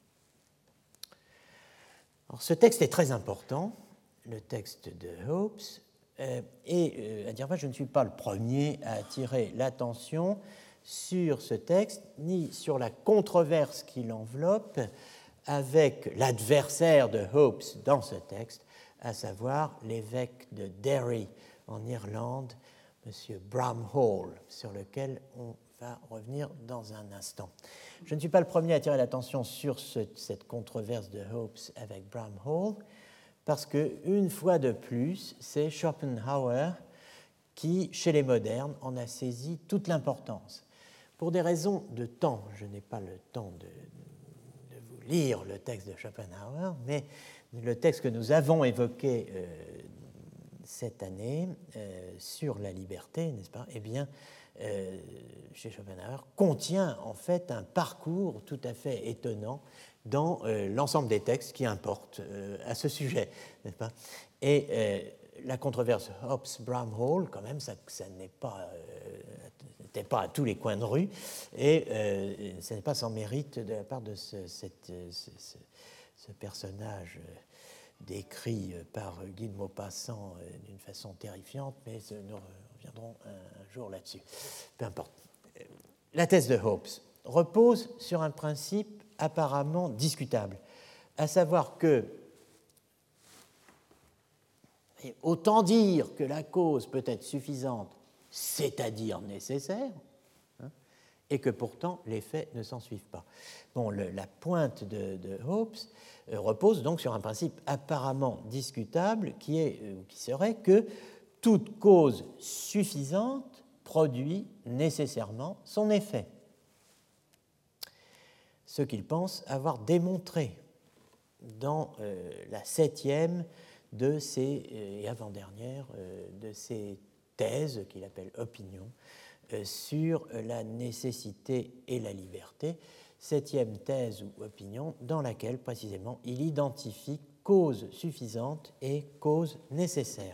Alors, ce texte est très important, le texte de Hobbes, euh, et euh, à dire vrai, je ne suis pas le premier à attirer l'attention sur ce texte, ni sur la controverse qui l'enveloppe avec l'adversaire de Hobbes dans ce texte, à savoir l'évêque de Derry en Irlande, M. Bramhall, sur lequel on va revenir dans un instant. Je ne suis pas le premier à attirer l'attention sur ce, cette controverse de Hobbes avec Bramhall, parce qu'une fois de plus, c'est Schopenhauer qui, chez les modernes, en a saisi toute l'importance. Pour des raisons de temps, je n'ai pas le temps de, de vous lire le texte de Schopenhauer, mais le texte que nous avons évoqué euh, cette année euh, sur la liberté, n'est-ce pas, eh bien, euh, chez Schopenhauer, contient en fait un parcours tout à fait étonnant dans euh, l'ensemble des textes qui importent euh, à ce sujet, n'est-ce pas? Et euh, la controverse Hobbes-Bramhall, quand même, ça, ça n'est pas, euh, n'était pas à tous les coins de rue, et euh, ce n'est pas sans mérite de la part de ce, cette, ce, ce, ce personnage euh, décrit par Guy de Maupassant euh, d'une façon terrifiante, mais nous reviendrons un jour là-dessus. Peu importe. La thèse de Hobbes repose sur un principe apparemment discutable, à savoir que, autant dire que la cause peut être suffisante, c'est-à-dire nécessaire, hein, et que pourtant les faits ne s'en suivent pas. Bon, le, la pointe de, de Hobbes euh, repose donc sur un principe apparemment discutable qui, est, euh, qui serait que toute cause suffisante produit nécessairement son effet. Ce qu'il pense avoir démontré dans euh, la septième de ces, euh, et avant-dernière, euh, de ces thèses qu'il appelle opinions euh, sur la nécessité et la liberté, septième thèse ou opinion dans laquelle précisément il identifie cause suffisante et cause nécessaire.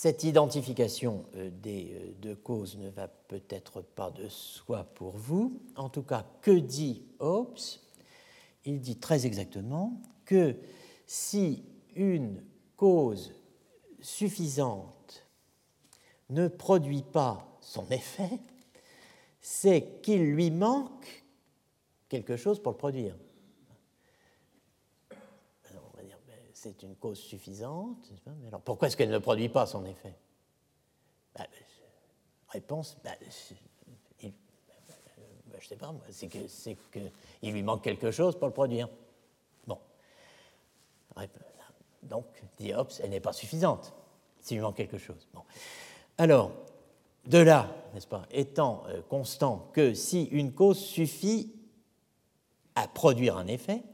cette identification des deux causes ne va peut-être pas de soi pour vous. En tout cas, que dit Hobbes? Il dit très exactement que si une cause suffisante ne produit pas son effet, c'est qu'il lui manque quelque chose pour le produire. Alors on va dire, ben, c'est une cause suffisante, mais alors pourquoi est-ce qu'elle ne produit pas son effet? Ben, réponse, ben, il, ben, je ne sais pas, moi, c'est qu'il c'est que lui manque quelque chose pour le produire. Bon. Donc, dit Hobbes, elle n'est pas suffisante s'il lui manque quelque chose. Bon. Alors, de là, n'est-ce pas, étant euh, constant que si une cause suffit à produire un effet,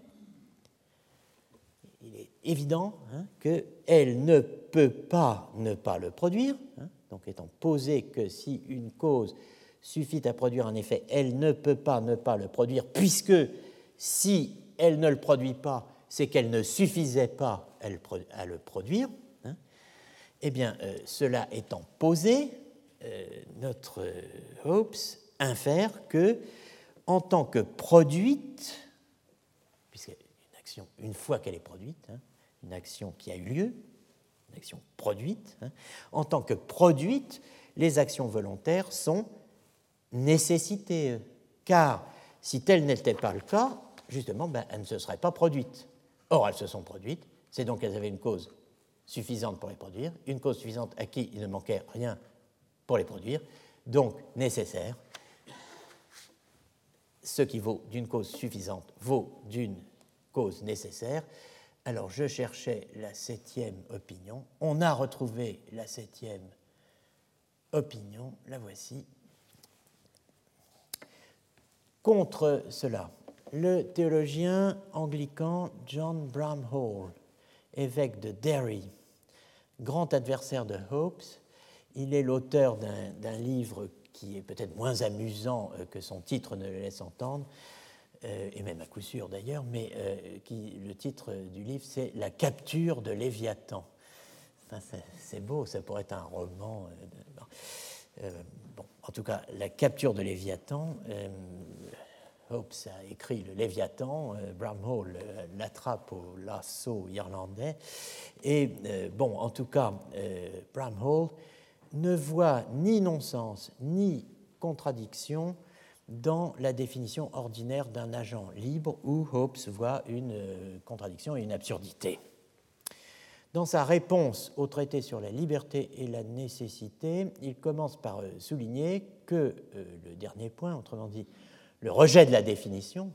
il est évident hein, qu'elle ne peut pas ne pas le produire. Hein, donc, étant posé que si une cause suffit à produire un effet, elle ne peut pas ne pas le produire, puisque si elle ne le produit pas, c'est qu'elle ne suffisait pas à le produire. Hein, eh bien, euh, cela étant posé, euh, notre euh, Hobbes infère que, en tant que produite, puisque une action, une fois qu'elle est produite, hein, une action qui a eu lieu, une action produite, hein, en tant que produite, les actions volontaires sont nécessitées, car si tel n'était pas le cas, justement, ben, elles ne se seraient pas produites. Or, elles se sont produites, c'est donc qu'elles avaient une cause suffisante pour les produire, une cause suffisante à qui il ne manquait rien pour les produire, donc nécessaire. Ce qui vaut d'une cause suffisante vaut d'une cause nécessaire. Alors, je cherchais la septième opinion. On a retrouvé la septième opinion, la voici. Contre cela, le théologien anglican John Bramhall, évêque de Derry, grand adversaire de Hobbes, il est l'auteur d'un, d'un livre qui est peut-être moins amusant que son titre ne le laisse entendre, euh, et même à coup sûr d'ailleurs, mais euh, qui, le titre du livre, c'est « La capture de Léviathan ». C'est, c'est beau, ça pourrait être un roman. Euh, euh, bon, en tout cas, « La capture de Léviathan », euh, Hobbes a écrit le Léviathan, euh, Bramhall euh, l'attrape au lasso irlandais, et euh, bon, en tout cas, euh, Bramhall ne voit ni non-sens ni contradiction dans la définition ordinaire d'un agent libre, où Hobbes voit une euh, contradiction et une absurdité. Dans sa réponse au traité sur la liberté et la nécessité, il commence par euh, souligner que euh, le dernier point, autrement dit, le rejet de la définition,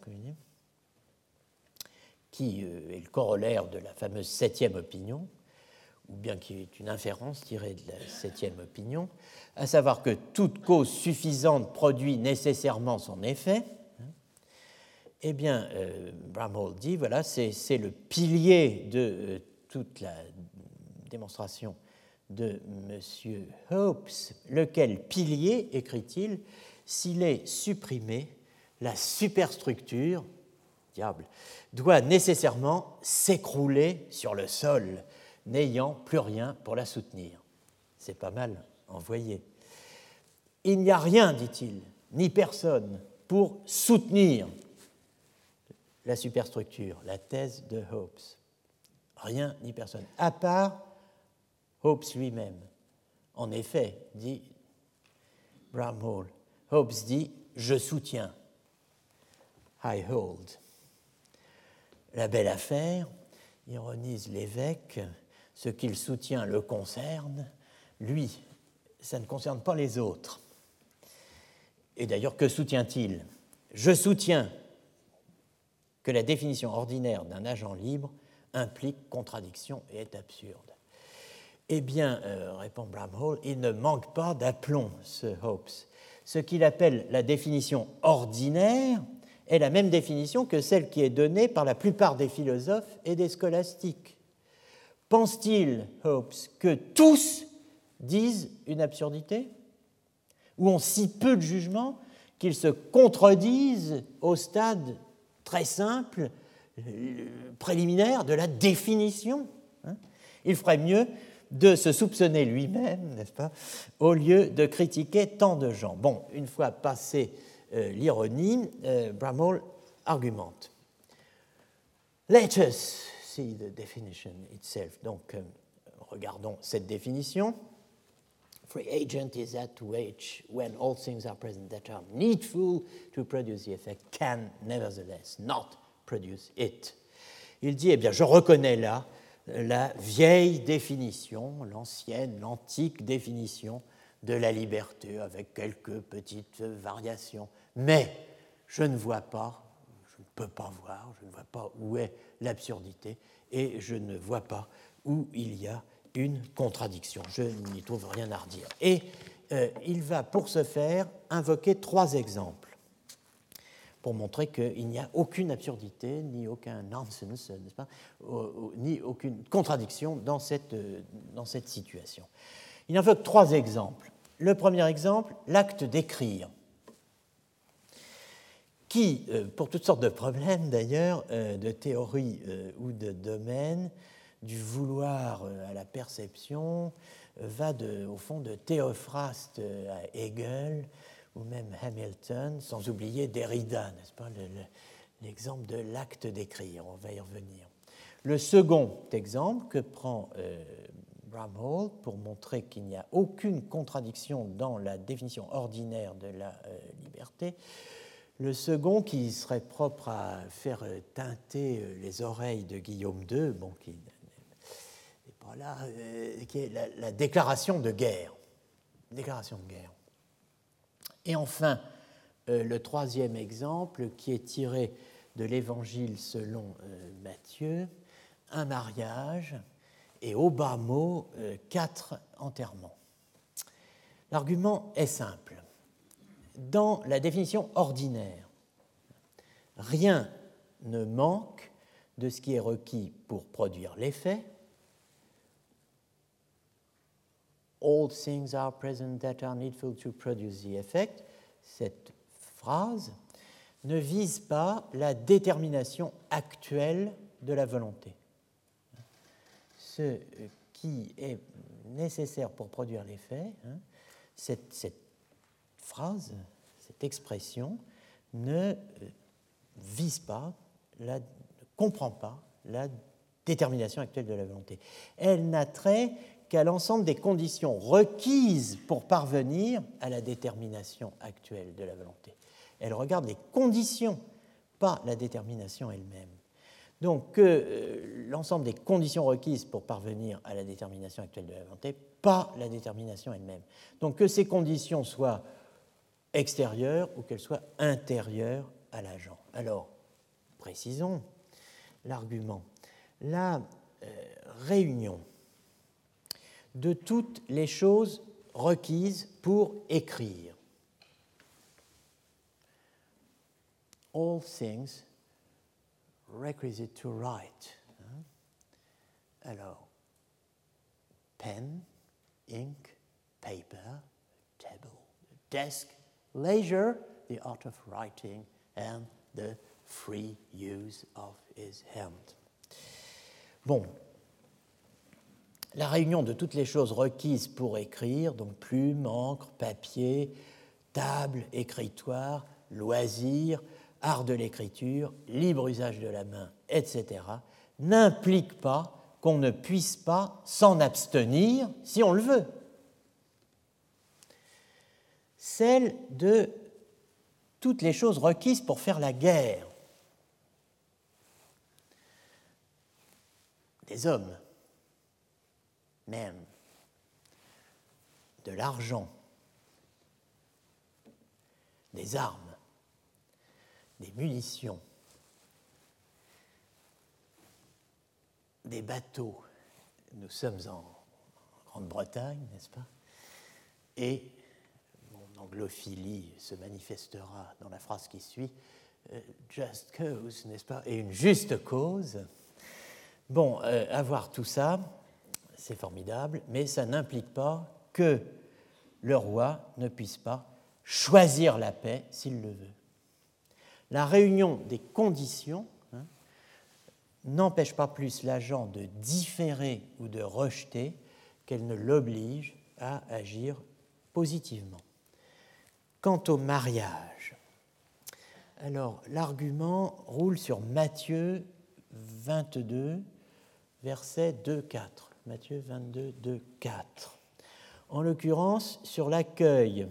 qui est le corollaire de la fameuse septième opinion, ou bien qui est une inférence tirée de la septième opinion, à savoir que toute cause suffisante produit nécessairement son effet, eh bien, euh, Bramhall dit, voilà, c'est, c'est le pilier de euh, toute la démonstration de M. Hobbes, lequel pilier, écrit-il, s'il est supprimé, la superstructure, diable, doit nécessairement s'écrouler sur le sol, n'ayant plus rien pour la soutenir. C'est pas mal envoyé. Il n'y a rien, dit-il, ni personne, pour soutenir la superstructure, la thèse de Hobbes. Rien ni personne, à part Hobbes lui-même. En effet, dit Bramhall, Hobbes dit « je soutiens ». I hold. La belle affaire, ironise l'évêque, ce qu'il soutient le concerne, lui, ça ne concerne pas les autres. Et d'ailleurs, que soutient-il? Je soutiens que la définition ordinaire d'un agent libre implique contradiction et est absurde. Eh bien, euh, répond Bramhall, il ne manque pas d'aplomb, ce Hobbes. Ce qu'il appelle la définition ordinaire est la même définition que celle qui est donnée par la plupart des philosophes et des scolastiques. Pense-t-il, Hobbes, que tous disent une absurdité? Ou ont si peu de jugement qu'ils se contredisent au stade très simple, préliminaire de la définition? Il ferait mieux de se soupçonner lui-même, n'est-ce pas, au lieu de critiquer tant de gens. Bon, une fois passé euh, l'ironie, euh, Bramhall argumente. Let us see the definition itself. Donc, euh, regardons cette définition. Free agent is that to which, when all things are present that are needful to produce the effect, can nevertheless not produce it. Il dit, eh bien, je reconnais là la vieille définition, l'ancienne, l'antique définition de la liberté, avec quelques petites variations. Mais je ne vois pas, je ne peux pas voir, je ne vois pas où est l'absurdité, et je ne vois pas où il y a une contradiction. Je n'y trouve rien à redire. Et euh, il va, pour ce faire, invoquer trois exemples pour montrer qu'il n'y a aucune absurdité, ni aucun nonsense, n'est-ce pas, ni aucune contradiction dans cette, dans cette situation. Il invoque trois exemples. Le premier exemple, l'acte d'écrire, qui, pour toutes sortes de problèmes d'ailleurs, de théorie ou de domaine, du vouloir à la perception, va de, au fond de Théophraste à Hegel, ou même Hamilton, sans oublier Derrida, n'est-ce pas, le, le, l'exemple de l'acte d'écrire, on va y revenir. Le second exemple que prend euh, Bramhall pour montrer qu'il n'y a aucune contradiction dans la définition ordinaire de la euh, liberté, le second qui serait propre à faire teinter les oreilles de Guillaume deux, bon, qui n'est pas là, euh, qui est la, la déclaration de guerre. Déclaration de guerre. Et enfin, euh, le troisième exemple qui est tiré de l'Évangile selon euh, Matthieu, un mariage et au bas mot, euh, quatre enterrements. L'argument est simple. Dans la définition ordinaire, rien ne manque de ce qui est requis pour produire l'effet. All things are present that are needful to produce the effect. Cette phrase ne vise pas la détermination actuelle de la volonté. Ce qui est nécessaire pour produire l'effet, hein, cette, cette phrase, cette expression, ne vise pas, la, ne comprend pas la détermination actuelle de la volonté. Elle n'a trait qu'à l'ensemble des conditions requises pour parvenir à la détermination actuelle de la volonté. Elle regarde les conditions, pas la détermination elle-même. Donc, que euh, l'ensemble des conditions requises pour parvenir à la détermination actuelle de la volonté, pas la détermination elle-même. Donc, que ces conditions soient extérieures ou qu'elles soient intérieures à l'agent. Alors, précisons l'argument. La euh, réunion de toutes les choses requises pour écrire. All things requisite to write. Alors, pen, ink, paper, table, desk, leisure, the art of writing, and the free use of his hand. Bon. La réunion de toutes les choses requises pour écrire, donc plume, encre, papier, table, écritoire, loisir, art de l'écriture, libre usage de la main, et cetera, n'implique pas qu'on ne puisse pas s'en abstenir si on le veut. Celle de toutes les choses requises pour faire la guerre. Des hommes, même, de l'argent, des armes, des munitions, des bateaux. Nous sommes en Grande-Bretagne, n'est-ce pas? Et mon anglophilie se manifestera dans la phrase qui suit, euh, just cause, n'est-ce pas? Et une juste cause. Bon, euh, avoir tout ça, c'est formidable, mais ça n'implique pas que le roi ne puisse pas choisir la paix s'il le veut. La réunion des conditions hein, n'empêche pas plus l'agent de différer ou de rejeter qu'elle ne l'oblige à agir positivement. Quant au mariage, alors l'argument roule sur Matthieu vingt-deux, versets deux à quatre. Matthieu vingt-deux, deux à quatre. En l'occurrence, sur l'accueil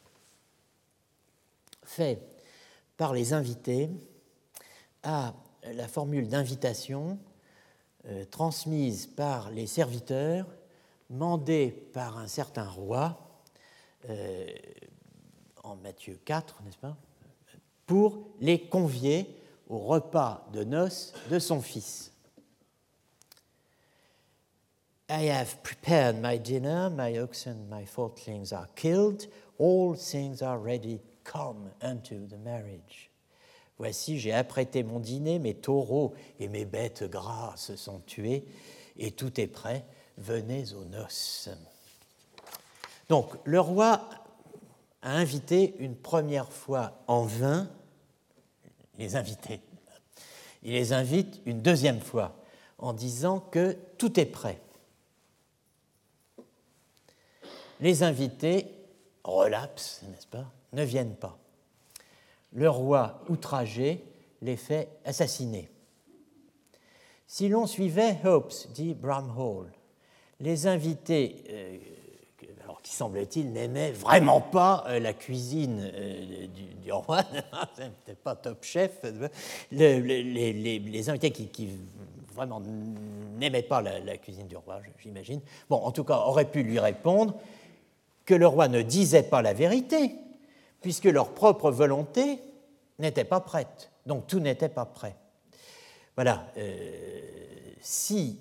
fait par les invités à la formule d'invitation euh, transmise par les serviteurs, mandée par un certain roi, euh, en Matthieu quatre, n'est-ce pas, pour les convier au repas de noces de son fils. I have prepared my dinner, my oxen, my fatlings are killed, all things are ready, come unto the marriage. Voici, j'ai apprêté mon dîner, mes taureaux et mes bêtes grasses sont tués, et tout est prêt, venez aux noces. Donc, le roi a invité une première fois en vain les invités. Il les invite une deuxième fois en disant que tout est prêt. Les invités relapsent, n'est-ce pas, ne viennent pas. Le roi, outragé, les fait assassiner. Si l'on suivait Hobbes, dit Bramhall, les invités, euh, alors qui semble-t-il n'aimaient vraiment pas euh, la cuisine euh, du, du roi, c'était pas top chef, le, le, les, les, les invités qui, qui vraiment n'aimaient pas la, la cuisine du roi, j'imagine, bon, en tout cas, auraient pu lui répondre que le roi ne disait pas la vérité, puisque leur propre volonté n'était pas prête. Donc tout n'était pas prêt. Voilà. Euh, si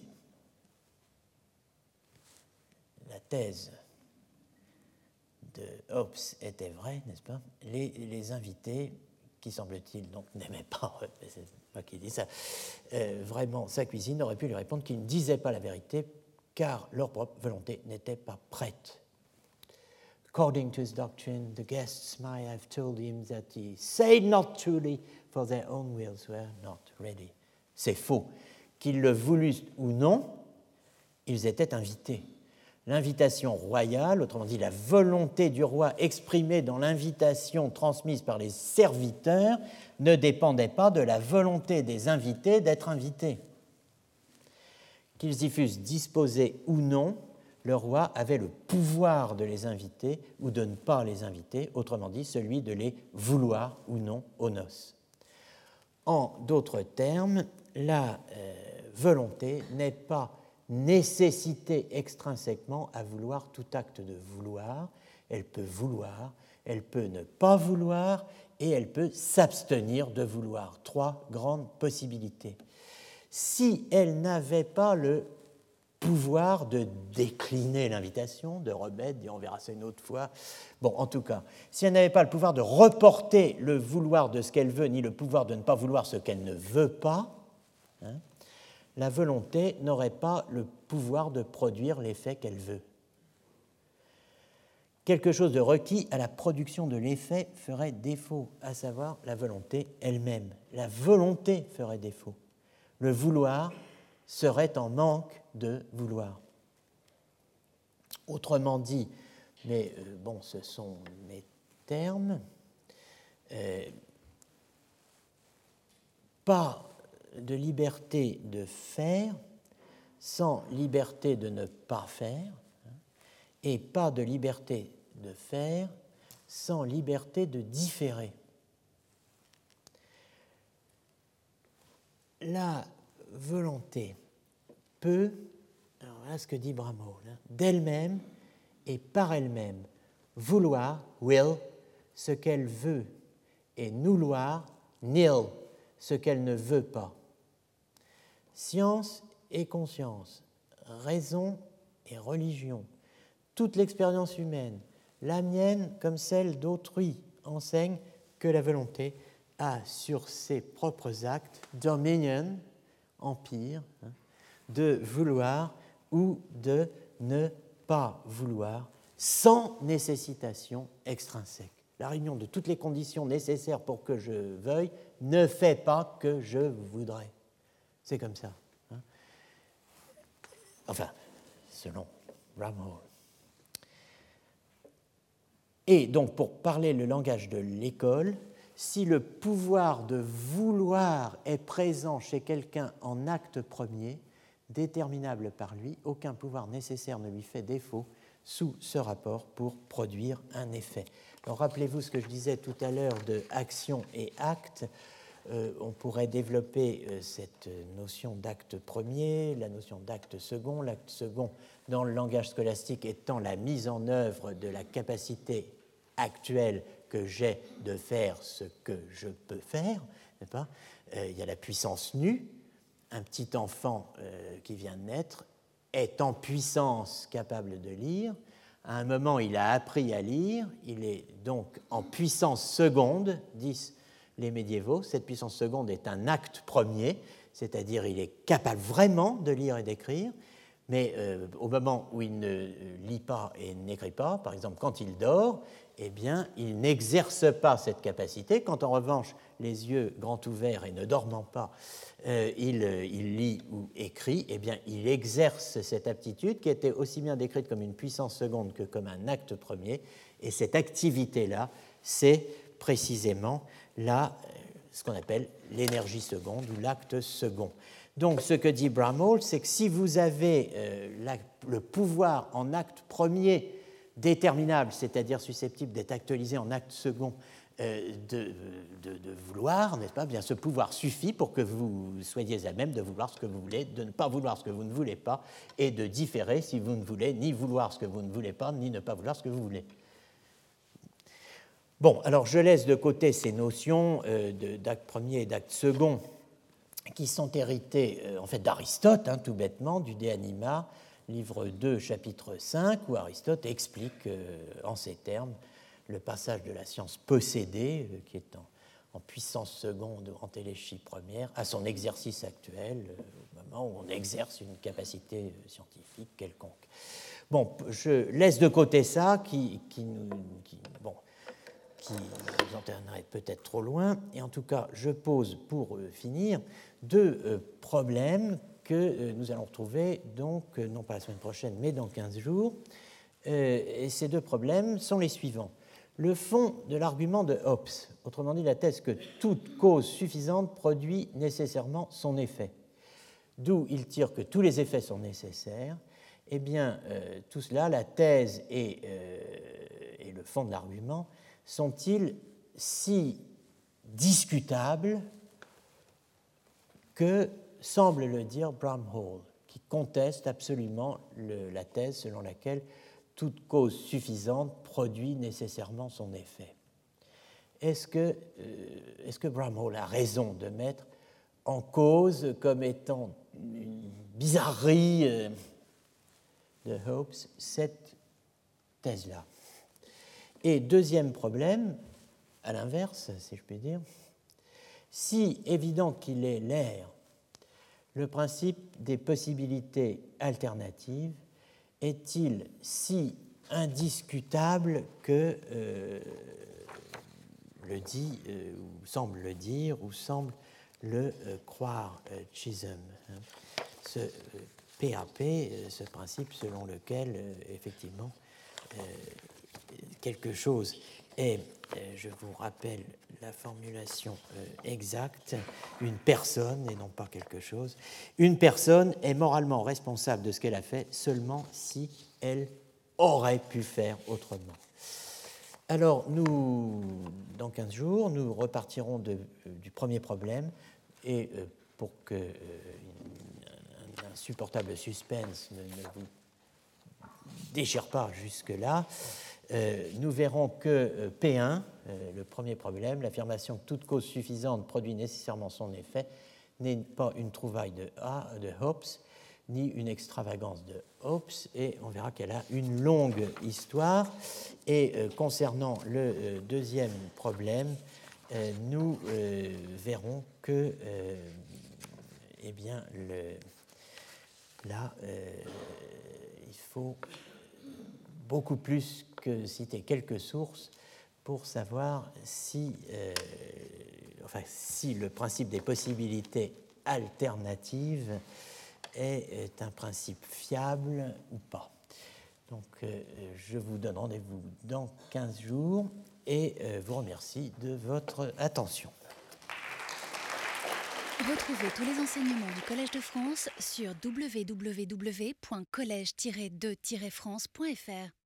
la thèse de Hobbes était vraie, n'est-ce pas, les, les invités, qui semble-t-il donc n'aimaient pas, c'est moi qui dis ça, euh, vraiment sa cuisine, auraient pu lui répondre qu'ils ne disaient pas la vérité, car leur propre volonté n'était pas prête. According to his doctrine, the guests might have told him that he said not truly, for their own wills were not ready. C'est faux. Qu'ils le voulussent ou non, ils étaient invités. L'invitation royale, autrement dit la volonté du roi exprimée dans l'invitation transmise par les serviteurs, ne dépendait pas de la volonté des invités d'être invités. Qu'ils y fussent disposés ou non, le roi avait le pouvoir de les inviter ou de ne pas les inviter, autrement dit celui de les vouloir ou non aux noces. En d'autres termes, la euh, volonté n'est pas nécessitée extrinsèquement à vouloir tout acte de vouloir. Elle peut vouloir, elle peut ne pas vouloir et elle peut s'abstenir de vouloir. Trois grandes possibilités. Si elle n'avait pas le pouvoir de décliner l'invitation, de remettre, dire on verra ça une autre fois. Bon, en tout cas, si elle n'avait pas le pouvoir de reporter le vouloir de ce qu'elle veut, ni le pouvoir de ne pas vouloir ce qu'elle ne veut pas, hein, la volonté n'aurait pas le pouvoir de produire l'effet qu'elle veut. Quelque chose de requis à la production de l'effet ferait défaut, à savoir la volonté elle-même. La volonté ferait défaut. Le vouloir serait en manque de vouloir. Autrement dit, mais euh, bon, ce sont mes termes, euh, pas de liberté de faire sans liberté de ne pas faire, hein, et pas de liberté de faire sans liberté de différer. La volonté peut, alors voilà ce que dit Bramhall, hein, d'elle-même et par elle-même vouloir, will, ce qu'elle veut, et nouloir, nil, ce qu'elle ne veut pas. Science et conscience, raison et religion, toute l'expérience humaine, la mienne comme celle d'autrui, enseigne que la volonté a sur ses propres actes dominion, empire, hein, de vouloir ou de ne pas vouloir, sans nécessitation extrinsèque. La réunion de toutes les conditions nécessaires pour que je veuille ne fait pas que je voudrais. C'est comme ça. Hein. Enfin, selon Bramhall. Et donc, pour parler le langage de l'école, si le pouvoir de vouloir est présent chez quelqu'un en acte premier, déterminable par lui, aucun pouvoir nécessaire ne lui fait défaut sous ce rapport pour produire un effet. Alors, rappelez-vous ce que je disais tout à l'heure de action et acte. Euh, on pourrait développer euh, cette notion d'acte premier, la notion d'acte second, l'acte second dans le langage scolastique étant la mise en œuvre de la capacité actuelle que j'ai de faire ce que je peux faire, n'est-ce pas ? Euh, il y a la puissance nue. Un petit enfant euh, qui vient de naître est en puissance capable de lire. À un moment, il a appris à lire. Il est donc en puissance seconde, disent les médiévaux. Cette puissance seconde est un acte premier, c'est-à-dire il est capable vraiment de lire et d'écrire. Mais euh, au moment où il ne lit pas et n'écrit pas, par exemple quand il dort, eh bien, il n'exerce pas cette capacité. Quand en revanche, les yeux grands ouverts et ne dormant pas, euh, il, il lit ou écrit, eh bien, il exerce cette aptitude qui était aussi bien décrite comme une puissance seconde que comme un acte premier. Et cette activité-là, c'est précisément là, ce qu'on appelle l'énergie seconde ou l'acte second. Donc, ce que dit Bramhall, c'est que si vous avez euh, la, le pouvoir en acte premier déterminable, c'est-à-dire susceptible d'être actualisé en acte second, euh, de, de, de vouloir, n'est-ce pas ? Bien, ce pouvoir suffit pour que vous soyez à même de vouloir ce que vous voulez, de ne pas vouloir ce que vous ne voulez pas, et de différer si vous ne voulez ni vouloir ce que vous ne voulez pas, ni ne pas vouloir ce que vous voulez. Bon, alors je laisse de côté ces notions euh, de, d'acte premier et d'acte second qui sont héritées euh, en fait d'Aristote, hein, tout bêtement, du De Anima, livre deux, chapitre cinq, où Aristote explique euh, en ces termes le passage de la science possédée, euh, qui est en, en puissance seconde en téléchie première, à son exercice actuel, euh, au moment où on exerce une capacité euh, scientifique quelconque. Bon, je laisse de côté ça, qui, qui nous... Qui, bon, qui vous entraînerait peut-être trop loin. Et en tout cas, je pose pour euh, finir deux euh, problèmes que euh, nous allons retrouver, donc, euh, non pas la semaine prochaine, mais dans quinze jours. Euh, et ces deux problèmes sont les suivants. Le fond de l'argument de Hobbes, autrement dit la thèse que toute cause suffisante produit nécessairement son effet, d'où il tire que tous les effets sont nécessaires. Eh bien, euh, tout cela, la thèse et, euh, et le fond de l'argument, sont-ils si discutables que semble le dire Bramhall, qui conteste absolument le, la thèse selon laquelle toute cause suffisante produit nécessairement son effet. Est-ce que, euh, est-ce que Bramhall a raison de mettre en cause comme étant une bizarrerie euh, de Hobbes cette thèse-là? Et deuxième problème, à l'inverse, si je puis dire, si évident qu'il est l'air, le principe des possibilités alternatives est-il si indiscutable que euh, le dit, euh, ou semble le dire, ou semble le euh, croire euh, Chisholm, hein, ce euh, P A P, euh, ce principe selon lequel, euh, effectivement, euh, quelque chose est, je vous rappelle la formulation exacte, une personne et non pas quelque chose, une personne est moralement responsable de ce qu'elle a fait seulement si elle aurait pu faire autrement. Alors, nous, dans quinze jours, nous repartirons de, du premier problème et pour que un insupportable suspense ne, ne vous déchire pas jusque-là, Euh, nous verrons que euh, P un, euh, le premier problème, l'affirmation que toute cause suffisante produit nécessairement son effet, n'est pas une trouvaille de, A, de Hobbes, ni une extravagance de Hobbes, et on verra qu'elle a une longue histoire. Et euh, concernant le euh, deuxième problème, euh, nous euh, verrons que, euh, eh bien, le, là, euh, il faut beaucoup plus que citer quelques sources pour savoir si, euh, enfin, si le principe des possibilités alternatives est, est un principe fiable ou pas. Donc, euh, je vous donne rendez-vous dans quinze jours et euh, vous remercie de votre attention. Retrouvez tous les enseignements du Collège de France sur w w w point collège tiret de tiret france point f r.